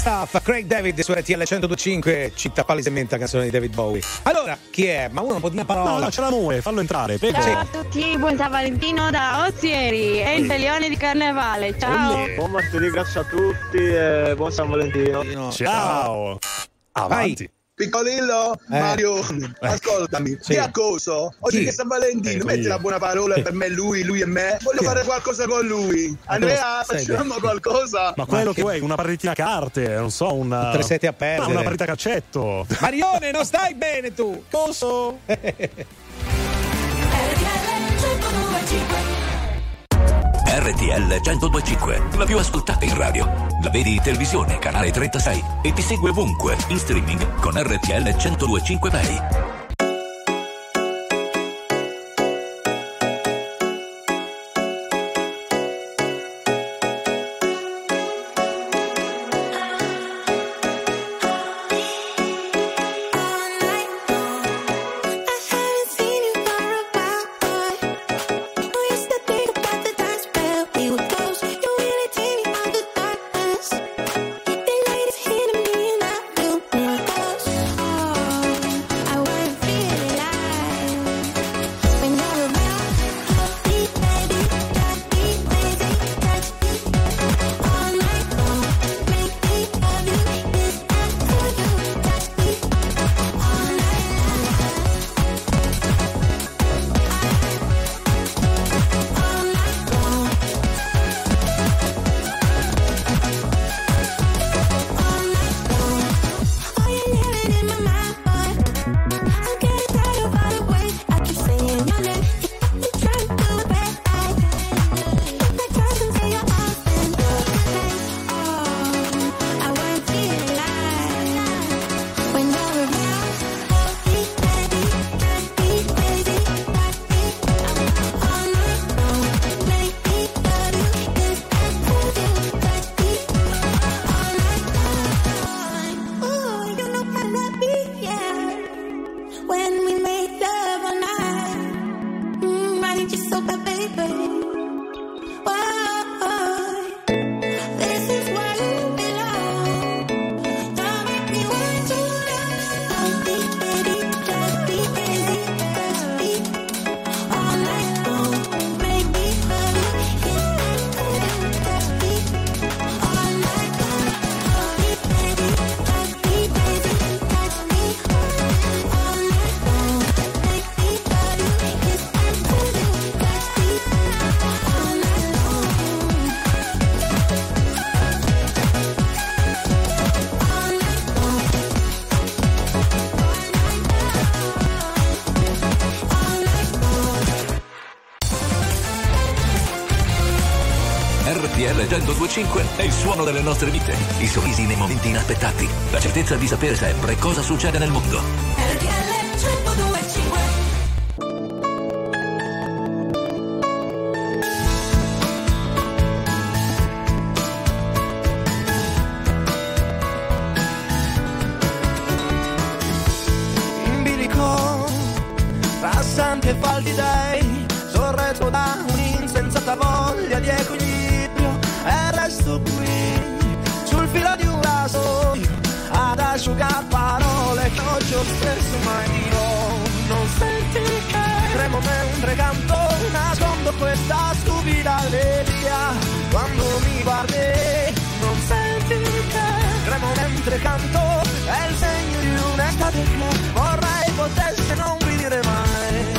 Stuff, Craig David su R T L centodue e cinque, città palesemente la canzone di David Bowie. Allora, chi è? Ma uno non può dire una parola. No, no, c'è la Mue, fallo entrare. Pepe. Ciao a tutti, buon San Valentino da Ozieri e il Pelione di Carnevale. Ciao. Buon martedì, grazie a tutti e buon San Valentino. Ciao. Avanti. Piccolillo, Eh. Mario, Eh. ascoltami, Sì. ti accoso. Oggi Chi? che è San Valentino, Eh, metti io. una buona parola per me, lui, lui e me. Voglio Chi? fare qualcosa con lui. Andrea, Sei facciamo qualcosa. Ma quello Ma che vuoi, una partitina a carte, non so, una. Tre sette a perdere. No, una partita a caccetto. Marione, non stai bene tu. Coso. R T L centodue e cinque, la più ascoltata in radio. La vedi in televisione, canale trentasei e ti segue ovunque in streaming con R T L centodue e cinque Play. R T L centodue e cinque è il suono delle nostre vite, i sorrisi nei momenti inaspettati, la certezza di sapere sempre cosa succede nel mondo. R T L centodue e cinque. In bilico, rassanti e faldi dei, sorretto da un'insensata voglia di equilibrio, e resto qui, sul filo di un rasoio, ad asciugar parole che oggi ho stesso mai dirò. Non senti che tremo mentre canto, nascondo questa stupida allegria, quando mi guardi. Non senti che tremo mentre canto, è il segno di un'estate che vorrei potesse non finire mai.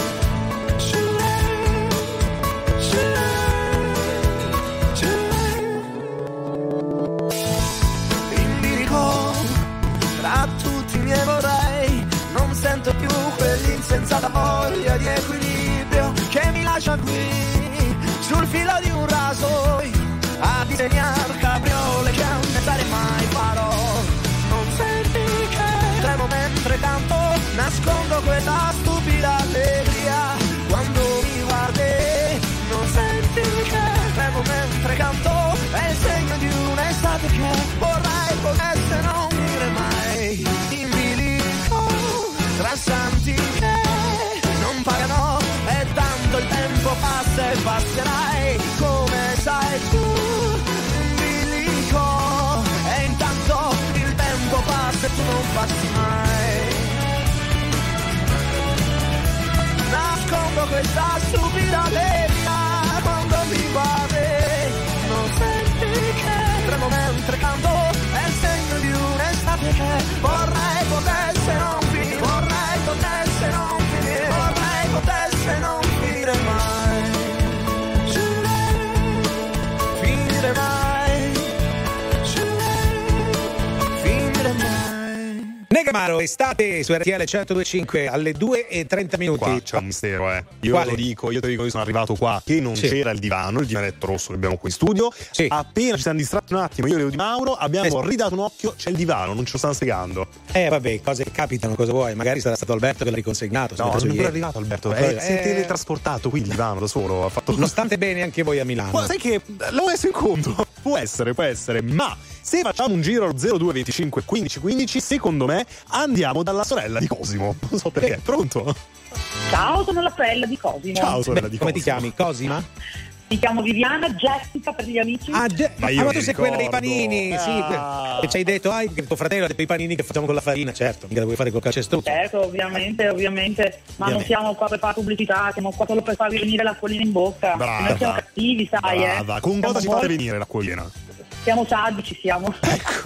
In bilico, tra tutti i miei vorrei, non sento più quell'insensata voglia di equilibrio che mi lascia qui, sul filo di un rasoio, a disegnare capriole che a mezz'aria mai farò. Non senti che tremo mentre canto, nascondo quella stupida allegria, quando mi guardi. Non senti che tremo mentre canto, è il segno di un'estate che vorrei potesse non finire mai. In bilico, tra santi che non pagano, e tanto il tempo passa e passerai, come sai tu. In bilico, e intanto tu non passi mai. Nascondo questa stupida allegria quando mi guardi, non senti che tremo mentre canto, è il segno di un'estate che vorrei potesse non finire, vorrei potesse non finire, vorrei potesse non finire mai, finire mai, finire mai. Negamaro, estate su R T L centodue e cinque alle due e trenta minuti. Qua c'è un mistero, eh. Io Quale? lo dico, io te dico, io sono arrivato qua che non Sì. c'era il divano, il divanetto rosso che abbiamo qui in studio. Sì. Appena ci siamo distratti un attimo, io e Leo Di Mauro, abbiamo Eh. ridato un occhio, c'è il divano, non ce lo stanno spiegando. Eh vabbè, cose che capitano, cosa vuoi? Magari sarà stato Alberto che l'ha riconsegnato. No, non è ancora arrivato Alberto. Eh, si è Eh, teletrasportato qui il divano da solo. Ha fatto Lo state bene anche voi a Milano. Ma sai che l'ho messo in conto? Può essere, può essere, ma se facciamo un giro allo zero due venticinque quindici quindici, secondo me andiamo dalla sorella di Cosimo. Non so perché. Pronto? Ciao, sono la sorella di Cosimo. Ciao sorella Beh, di come Cosimo. ti chiami? Cosima? Mi chiamo Viviana, Jessica per gli amici. Ah, Ge- Ma ah, io ma mi tu sei quella dei ricordo. panini, sì, Ah. che ci hai detto, ah, che tuo fratello ha detto i panini che facciamo con la farina, certo, mica la vuoi fare col calcestruzzo. Certo, ovviamente, ovviamente, ma non Ovviamente. siamo qua per fare pubblicità, siamo qua solo per farvi venire l'acquolina in bocca. Brava. Noi siamo cattivi, sai, Brava. eh. Con cosa ci Siamo fate molto- venire l'acquolina? Siamo sadici, siamo.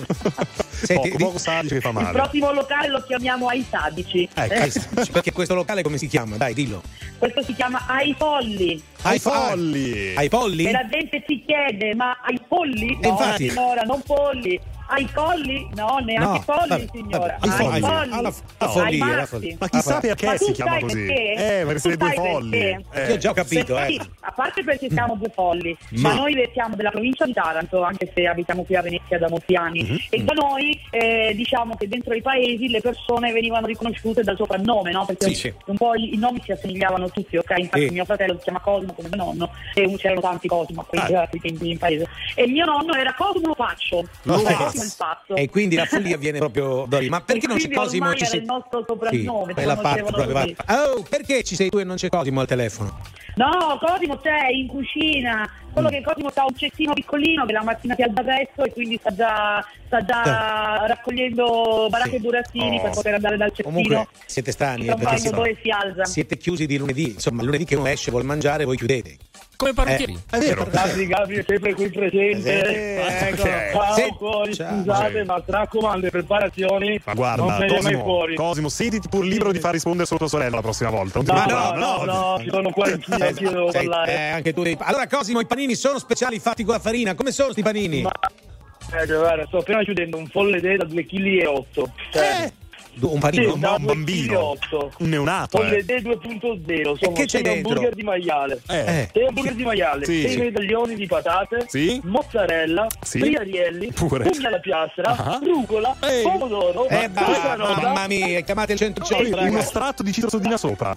Senti, poco, di- poco sadici che fa Il male. prossimo locale lo chiamiamo Ai Sadici. Ecco. Eh, eh, sì, perché questo locale come si chiama? Dai, dillo. Questo si chiama Ai Folli. Ai folli. Ai polli? E la gente si chiede, ma ai polli? E No, infatti- signora, non polli. Ai colli? No, neanche No, polli, vabbè, signora. vabbè, ai Ai folli. folli. Alla- la Ai follia, la massi. follia. Ma chissà Ah, perché Ma tu si chiama sai così. perché? Eh, perché Tu siete due sai folli. perché? Eh. Io ho già capito, Perché eh. sì, a parte perché siamo due folli, Ma- ma noi siamo della provincia di Taranto, anche se abitiamo qui a Venezia da molti anni, Mhm. e da noi eh, diciamo che dentro i paesi le persone venivano riconosciute dal soprannome, no? Perché Sì, sì. un po' i, i nomi si assomigliavano tutti, ok? Infatti Sì. mio fratello si chiama Cosimo come mio nonno, e c'erano tanti Cosimo a quei Ah. a quei tempi in paese. E il mio nonno era Cosimo Faccio, Lo cioè Pazzo. Cosimo il Pazzo. E quindi la follia viene proprio da lì. Ma perché E non c'è quindi Cosimo? ormai Ci era sei... il nostro soprannome, Sì, ce quella lo parte dicevano proprio. così. Oh, perché ci sei tu e non c'è Cosimo al telefono? No, Cosimo c'è in cucina, solo che Cosimo ha un cestino piccolino che la mattina si alza presto e quindi sta già, sta già raccogliendo baracche e burattini Oh. per poter andare dal cestino. Comunque siete strani, Si eh, trova perché il siete, dove si alza. siete chiusi di lunedì. Insomma, lunedì che uno esce, vuol mangiare, voi chiudete. Come parrucchieri. Eh, è vero. Gabri, Gabri è sempre qui presente. Sì, ecco. Ciao Sì. cuori, Ciao. scusate, ma mi raccomando, le preparazioni Ma guarda, non venite mai Cosimo, fuori. Cosimo, sentiti pur libero di far rispondere solo tua sorella la prossima volta. Non ti No, preoccupare, no, no, no, ci sono qua anch'io, anch'io devo Sei- parlare. eh, anche tu devi... Allora, Cosimo, i panini sono speciali fatti con la farina. Come sono sti panini? Ma- Eh, guarda, sto appena chiudendo un folle day da due virgola otto kg. Cioè, Eh, un panino? sì, ma da un due bambino. virgola otto. Un neonato, Folle eh. day due punto zero. Sono che c'è sei dentro? hamburger di maiale. Eh. sei hamburger di maiale, Sì. sei medaglioni di patate, Sì. mozzarella, Sì. friarielli, Pure. pugna alla piastra, Ah. rucola, Ehi. pomodoro, Eh, salsa basta, rosa. mamma mia, chiamate il centro Poi raga. uno strato di citrosodina sopra.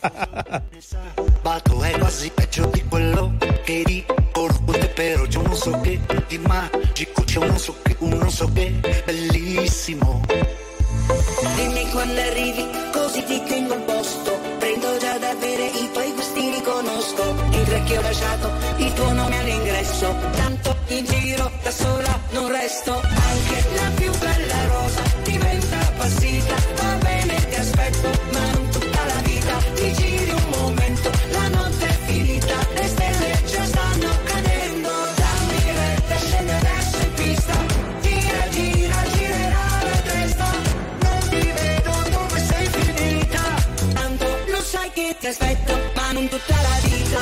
Bato è quasi peggio di quello che dicono con te, però c'è un non so che di magico, c'è un non so che, un non so che bellissimo. Dimmi quando arrivi, così ti tengo il posto. Prendo già da bere, i tuoi gusti riconosco. Il tre che ho lasciato, il tuo nome all'ingresso. Tanto in giro da sola non resto. Anche la più bella rosa diventa appassita. Va bene, ti aspetto, ma non tutta la vita. Ti giri un momento, la notte è finita. Le stelle già stanno cadendo. Dammi retta, scende adesso in pista. Gira, gira, girerà la testa. Non ti vedo dove sei finita. Tanto lo sai che ti aspetto, ma non tutta la vita.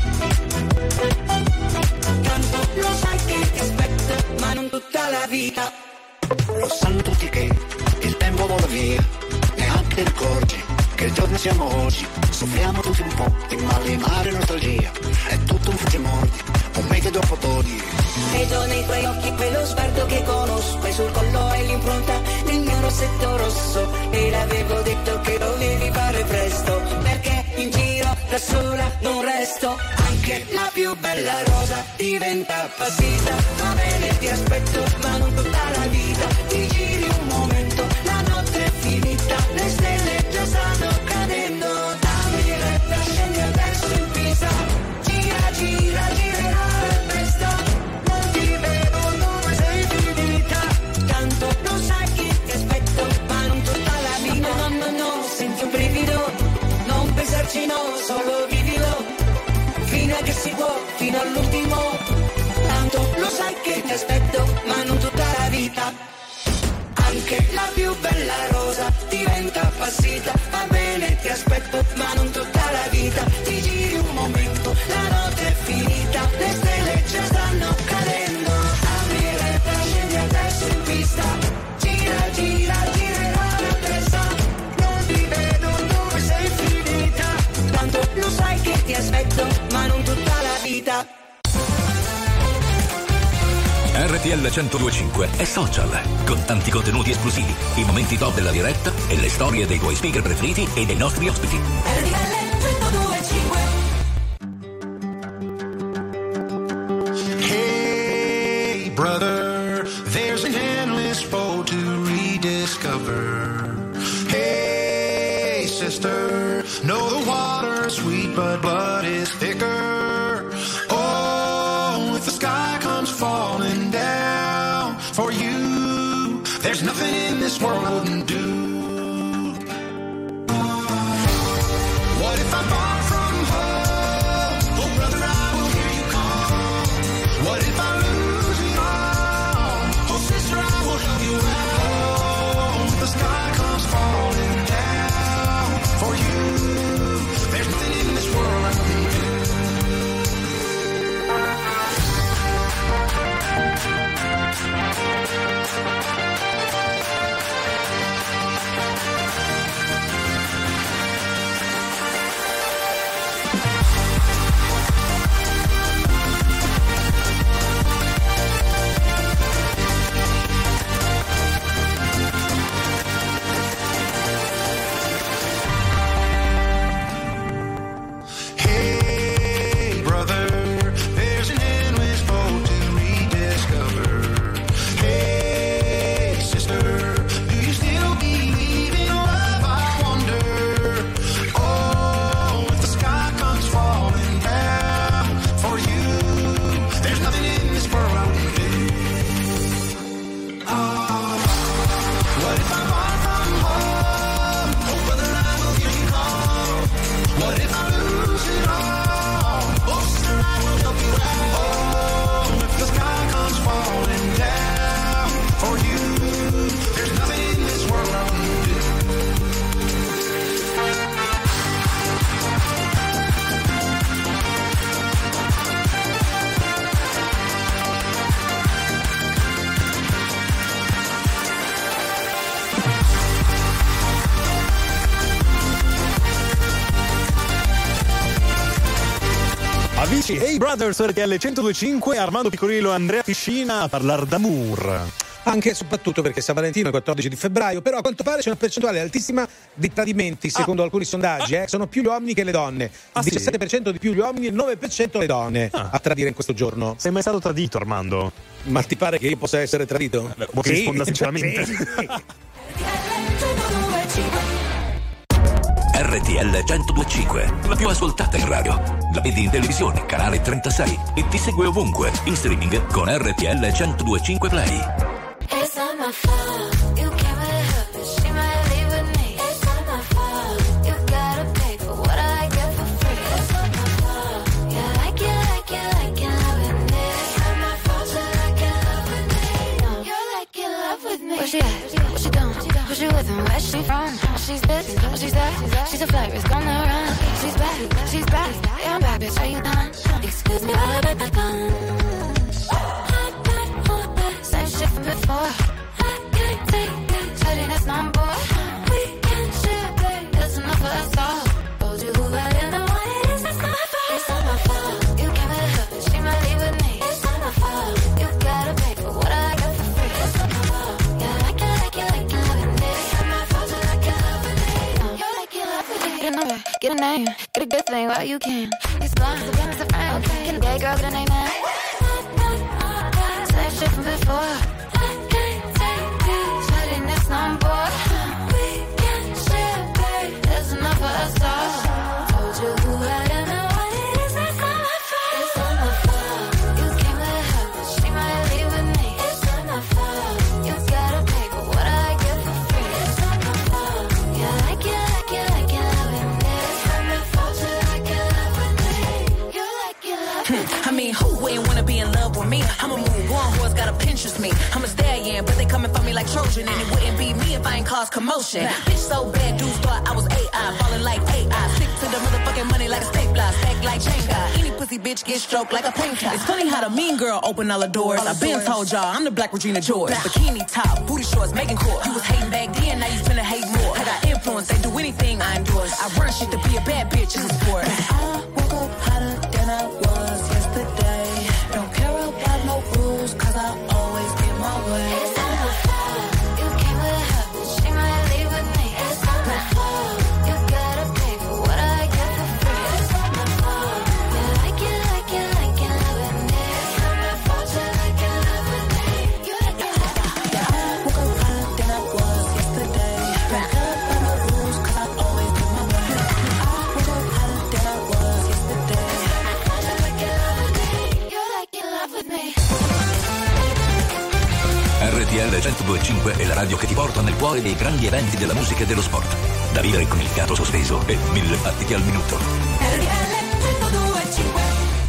Tanto lo sai che ti aspetto, ma non tutta la vita. Lo sanno tutti che il tempo vola via, neanche ti ricorgi che giorno siamo oggi. Soffriamo tutti un po' di malimare e nostalgia, è tutto un fuggemordi, un mese dopo dodici. Vedo nei tuoi occhi quello sguardo che conosco e sul collo è l'impronta del mio rossetto rosso. E l'avevo detto che dovevi fare presto, perché in giro da sola non resto. Anche la più bella rosa diventa appassita. Va bene, ti aspetto, ma non tutta la vita. Ti giri un momento, la notte è finita. Le stelle già stanno cadendo. Dammi retta, scendi adesso in pista. Gira, gira, girerà la testa. Non ti vedo dove sei finita. Tanto lo sai che ti aspetto, ma oh. Tanto lo sai che ti aspetto, ma non tutta la vita. Anche la più bella rosa diventa appassita. Va bene, ti aspetto, ma non tutta la vita. Ti giri un momento, la notte è finita, le stelle già stanno cadendo. Apri retta, scendi adesso in pista. Gira, gira, girerà la testa. Non ti vedo dove sei finita. Tanto lo sai che ti aspetto, ma non tutta la vita. R T L centodue e cinque è social, con tanti contenuti esclusivi, i momenti top della diretta e le storie dei tuoi speaker preferiti e dei nostri ospiti. R T L centodue e cinque. Hey brother, there's an endless road to rediscover. Hey sister, know the water's sweet but blood is thicker. Oh, if the sky comes falling down for you, there's nothing in this world I wouldn't do. What if I'm far from home? Oh brother, I will hear you call. What if I lose it all? Oh sister, I will help you out. If the sky comes falling down for you, there's nothing in this world I wouldn't do. Hey brother, there's an endless road to rediscover. Hey sister, do you still believe in love? I wonder. Oh, if the sky comes falling down for you, there's nothing in this world I wouldn't do. Oh, what if I'm far from home? Oh brother, I will hear you call. What if I lose it all? Oh sister, I will help you out. Oh, if the sky comes falling down for you, there's nothing in this world I wouldn't do. Amici, Hey Brothers, R T L centodue e cinque, Armando Piccolillo e Andrea Piscina a parlare d'amour. Anche e soprattutto perché San Valentino è il quattordici di febbraio, però a quanto pare c'è una percentuale altissima di tradimenti, secondo ah. alcuni sondaggi, eh? Sono più gli uomini che le donne. Ah, diciassette per cento sì? di più gli uomini e il nove per cento le donne ah. a tradire in questo giorno. Sei mai stato tradito, Armando? Ma ti pare che io possa essere tradito? Beh, vuoi che sì. risponda sinceramente? Sì. R T L centodue e cinque, la più ascoltata in radio. La vedi in televisione, canale trentasei, e ti segue ovunque, in streaming con R T L centodue e cinque Play. It's not my fault. You came with her, but she might leave with me. It's not my fault. You gotta pay for what I get for free. It's not my fault. You like it, like it, like it, loving me. It's not my fault. You like it, love with me. No, you like it, love with me. Where she at? What she doing? Who she with and where she from? She's this, she's that. She's a flight risk on the run. She's back, she's back. Yeah, I'm back, bitch. Are you done? Excuse me while I bite my tongue. Same shit from before. I can't take it. Shawty, that's not on board. We can share, babe. That's enough for us all. Told you who I am and what it is. That's not my fault. It's not my fault. You came with her, but she might leave with me. It's not my fault. You gotta pay for what I got for free. It's not my fault. Yeah, like it, like it, like it, loving me. It's not my fault. You like it, loving me. You like it, loving me. Get a number, get a name, get a good thing while you can. It's blind, so blind as a friend. Okay, get a gay girl, get a name, man. Same shit from before. I can't take it. Shawty, that's not on board. We can share, babe. There's enough for us all. Told you who I am and what it is. That's not my fault. It's not my fault. You came with her, but she might leave with me. It's not my fault. You gotta pay for what I get for free. It's not my fault. You like it, like it, like it, loving me. It's not my fault. You like it, love with me. You like it, love with me. I mean, who wouldn't wanna be in love with me. I'ma move on, boys gotta Pinterest me. I'm a stallion, but they coming for me like Trojan. And it wouldn't be me if I ain't cause commotion. Bitch so bad, dudes thought I was A I, falling like A I. Stick to the motherfucking money like a stapler, stack like Jenga. Any pussy bitch get stroked like a painter. It's funny how the mean girl open all the doors. I been told y'all I'm the Black Regina George. Bikini top, booty shorts, making court. You was hating back then, now you finna hate more. I got influence, they do anything I endorse. I run shit to be a bad bitch, it's a sport. I woke up hotter than I was yesterday. Don't care about no rules, cause I always get my way. It's not my fault, you came with her, she might leave with me. It's not my fault, you gotta pay for what I get for free. It's not my fault, you like it, like it, like it, love with me. It's not my fault, you like it, love with me. You like it, like it. I woke up hotter than I was yesterday. Don't care about no rules, cause I always get my way. I woke up hotter than I was yesterday. R T L centodue e cinque è la radio che ti porta nel cuore dei grandi eventi della musica e dello sport. Da vivere con il fiato sospeso e mille battiti al minuto. R T L centodue e cinque.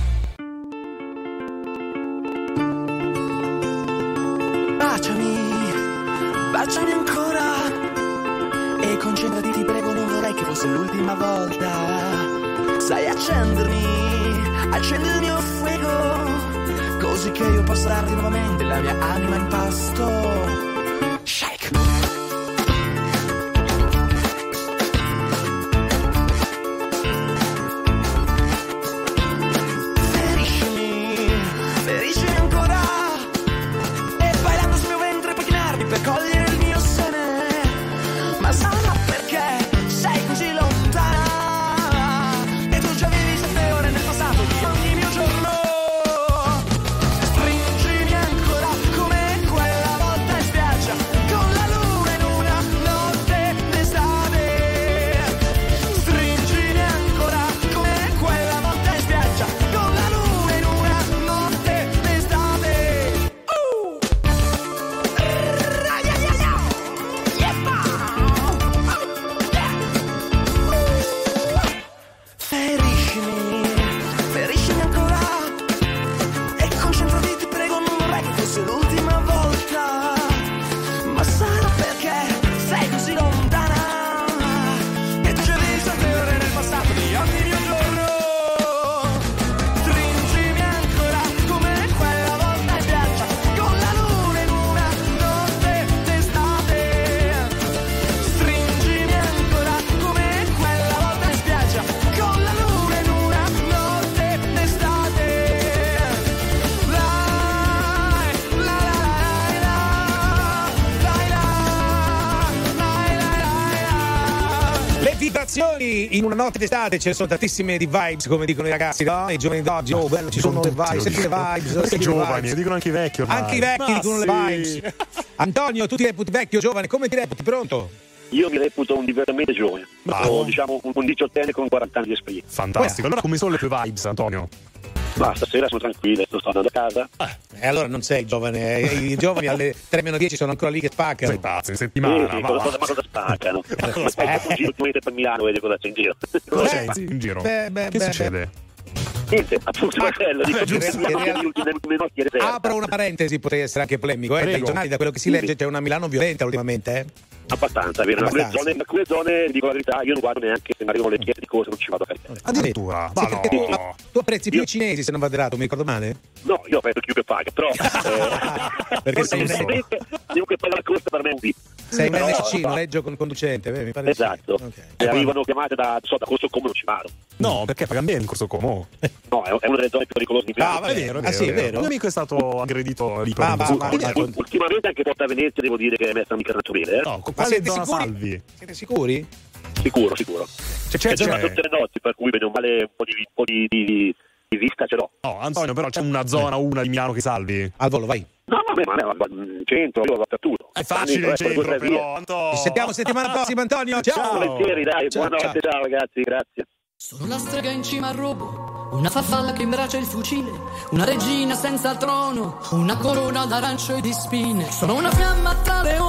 Baciami, baciami ancora e concentrati, ti prego, non vorrei che fosse l'ultima volta. Sai accendermi, accendi il mio fuoco, così che io possa darti nuovamente la mia anima in pasto. Shake. Feriscimi, feriscimi ancora e bailando sul mio ventre puoi chinarmi per cogliere il mio seme. Ma sarà perché sei così lontana e tu già vivi sette ore nel passato di ogni mio giorno. Stringimi ancora come quella volta in spiaggia con la luna in una notte d'estate. Stringimi ancora come quella volta in spiaggia con la luna in una notte d'estate. Uh! Feriscimi, feriscimi ancora e concentrati, ti prego, non vorrei che fosse l'ultima volta. Ma sarà perché sei così lontana e tu già vivi sette ore nel passato di ogni mio giorno. Stringimi ancora come quella volta in spiaggia con la luna in una notte d'estate. Stringimi ancora come quella volta in spiaggia con la luna in una notte d'estate. Lai, la la la la, lai la, lai la la. Le vibrazioni in una notte d'estate, ce ne sono tantissime di vibes, come dicono i ragazzi, no? I giovani d'oggi, oh bello, ci sono le vibes, senti le vibes, Perché senti le giovani, vibes. dicono anche i vecchi ormai. Anche i vecchi Ma dicono sì. le vibes. Antonio, tu ti reputi vecchio, giovane, come ti reputi? Pronto? Io mi reputo un divertamente giovane. Bravo. Ho, diciamo, un, un diciottenne con quaranta anni di esperienza. Fantastico. Allora come sono le tue vibes, Antonio? Ma stasera sono tranquille, sto andando a casa. E allora non sei giovane, eh, i giovani alle tre meno dieci sono ancora lì che spaccano. Sei pazzo, in Sì, settimana. sì, ma cosa, va. ma cosa spaccano? Cosa Ma spaccano? un giro, tu metti per Milano, vedi cosa c'è in giro. Cosa Beh, c'è in giro? beh, beh, che beh, succede? Niente, appunto, Ah, quello, dico, beh, tutti giusto, gli in ultimi- real- gli ultimi minuti di reserva. Apro una parentesi, potrei essere anche polemico, eh? Prego. Dai giornali, da quello che si legge, c'è una Milano violenta ultimamente, eh? Abbastanza, vero? In alcune Abbastanza. zone, in alcune zone, dico la verità, io non guardo neanche se mi arrivano le chiese di cose, non ci vado a caricare. Addirittura? Sì, Ma perché tu, no. tu apprezzi più Io- i cinesi, se non vado errato, mi ricordo male? No, io penso chiunque paga, però eh, Perché sei un, onestamente, chiunque paga la costa per me è un V I P. sei un Però, N C C, noleggio con conducente, eh, mi pare di sì. Esatto. Ok. E arrivano chiamate da, so, da Corso Como, non ci vado. No, perché pagano bene il corso Como. No, è è una delle zone più pericolose di Milano. Ah, vabbè. È vero, è Ah, vero. sì, è vero. Un mio amico è stato aggredito lì per Ah, un va, buco. va, va. Ul- Ultimamente anche Porta Venezia devo dire che è messa mica naturale, eh? No, con Ma quale siete zona sicuri? salvi? Siete sicuri? Sicuro, sicuro. C'è, c'è, C'è già c'è. tutte le notti, per cui bene o male un po' di, un po' di, di, di vista ce l'ho. No, Antonio, però c'è una zona, una di Milano che salvi. Al volo, vai. No, vabbè, ma ma- ma- in centro, io vado dappertutto. È facile in centro, però, Antonio. Ci sentiamo settimana prossima, Antonio. Ciao. Volentieri, dai, Ciao, buonanotte, ciao ragazzi, grazie. Sono la strega in cima al robo, una farfalla che imbraccia il fucile, una regina senza trono, una corona d'arancio e di spine. Sono una fiamma tra le onde del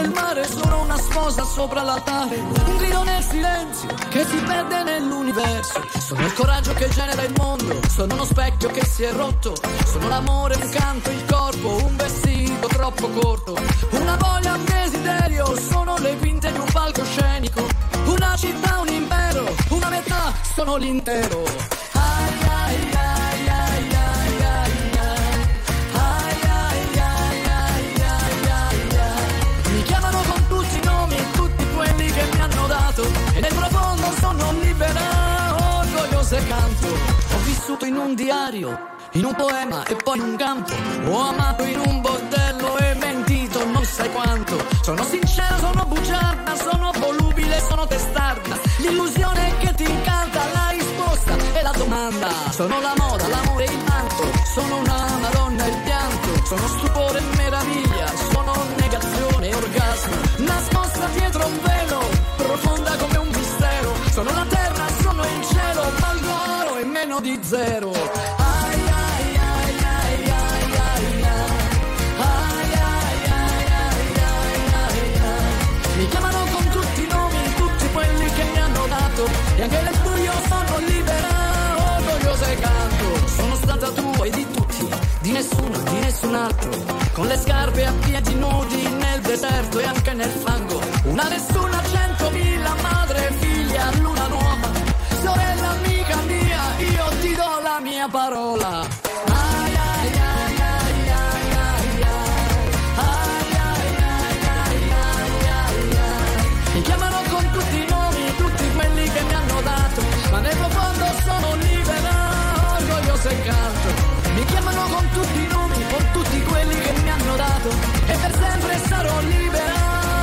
il mare, sono una sposa sopra l'altare, un grido nel silenzio che si perde nell'universo. Sono il coraggio che genera il mondo, sono uno specchio che si è rotto, sono l'amore, un canto, il corpo, un vestito troppo corto, una voglia, un desiderio, sono le quinte di un palcoscenico, una città, un impero, una metà, sono l'intero. Ai, ai, ai, ai, ai, ai, ai, ai, ai, ai, ai, ai, ai. Mi chiamano con tutti i nomi, tutti quelli che mi hanno dato, e nel profondo sono libera, orgogliosa e canto. Ho vissuto in un diario, in un poema e poi in un campo, ho amato in un bordello e mentito non sai quanto. Sono sincera, sono bugiarda, sono volubile, sono testarda, l'illusione che ti incanta, la risposta e la domanda. Sono la moda, l'amore e il manto, sono una madonna e il pianto, sono stupore e meraviglia, sono negazione e orgasmo, nascosta dietro un velo, profonda come un mistero. Sono la terra, sono il cielo, valgo oro e meno di zero. Ai, ai, ai, ai, ai, ai, ai, ai, ai, ai, ai, ai, ai. Mi chiamano con tutti i nomi, tutti quelli che mi hanno dato, e anche nel buio sono libera, orgogliosa e canto. Sono stata tua e di tutti, di nessuno, di nessun altro, con le scarpe a piedi nudi nel deserto e anche nel fango. Una nessuna, centomila, madre, figlia, luna nuova, sorella, amica mia, io ti do la mia parola. Ai, ai, ai, ai, ai, ai, ai, ai, ai, ai, ai, ai, ai. Mi chiamano con tutti i nomi, tutti quelli che mi hanno dato, ma nel profondo sono libera, orgogliosa e canto. Mi chiamano con tutti i nomi, con tutti quelli che mi hanno dato, e per sempre sarò libera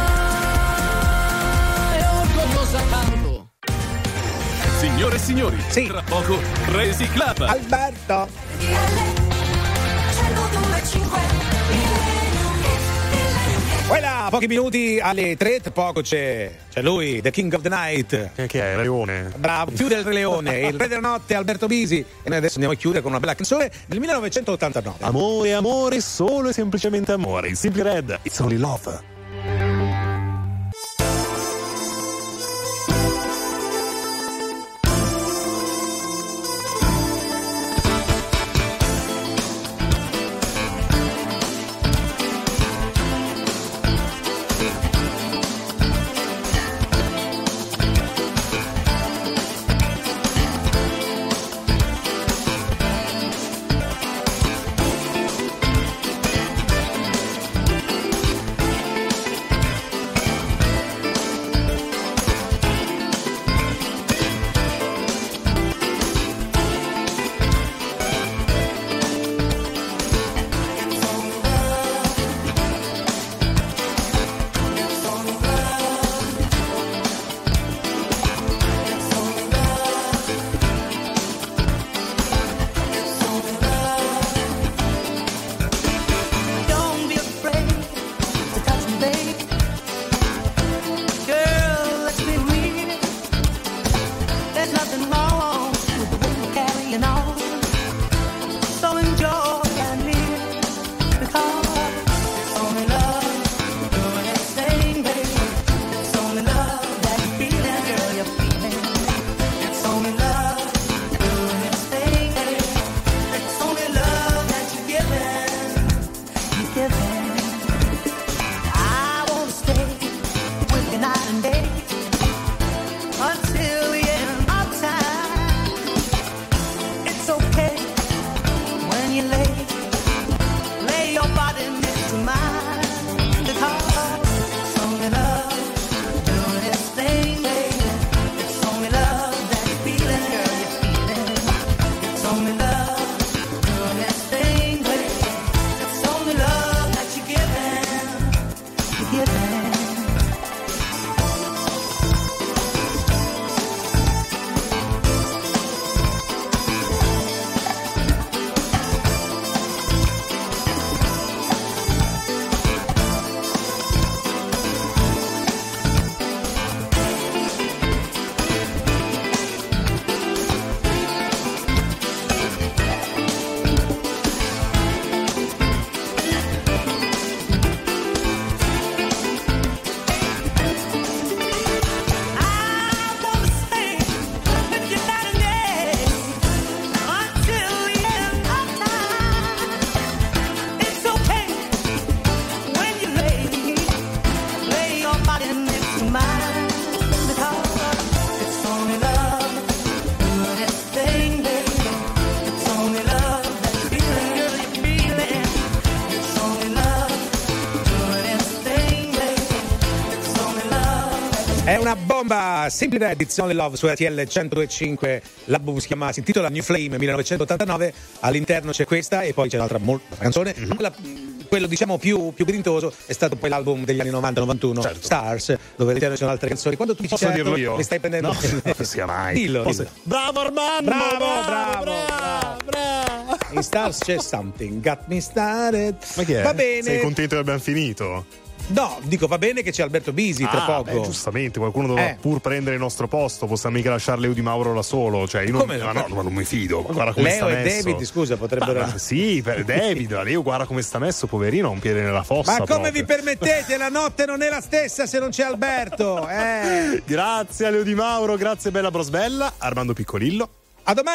e orgogliosa canto. Signore e signori, sì. Tra poco Crazy Club. Alberto. Voilà, pochi minuti alle tre, tra poco c'è, c'è lui, The King of the Night. Che è? Il Leone. Bravo, più del Re Leone, il Re della Notte, Alberto Bisi. E noi adesso andiamo a chiudere con una bella canzone del millenovecentottantanove. Amore, amore, solo e semplicemente amore. Il Simply Red, It's Only Love. È una bomba, Simply Red, It's Only Love su R T L centodue e cinque. L'album si chiama, si intitola New Flame millenovecentottantanove. All'interno c'è questa e poi c'è un'altra molta canzone. Mm-hmm. Quella, quello diciamo più, più grintoso è stato poi l'album degli anni novanta novantuno, certo. Stars, dove all'interno ci sono altre canzoni. Quando tu dici posso certo, dirlo io? le stai prendendo. No, non sia mai. Dillo, Posso... dillo. Bravo Armando! Bravo, bravo, bravo, bravo, bravo. In Stars c'è Something Got Me Started. Ma che è? Va bene. Sei contento che abbiamo finito? No, dico va bene che c'è Alberto Bisi tra ah, poco. Beh, giustamente, qualcuno dovrà eh. pur prendere il nostro posto. Possiamo mica lasciare Leo Di Mauro da solo. Cioè, io non, come ma no, ma non mi fido. Ma guarda come Leo sta e messo. David, scusa, potrebbero. Ma, ma, sì, per David, ma Leo guarda come sta messo, poverino, ha un piede nella fossa. Ma come proprio. vi permettete? La notte non è la stessa se non c'è Alberto. Eh. Grazie a Leo Di Mauro, grazie Bella Brosbella, Armando Piccolillo. A domani.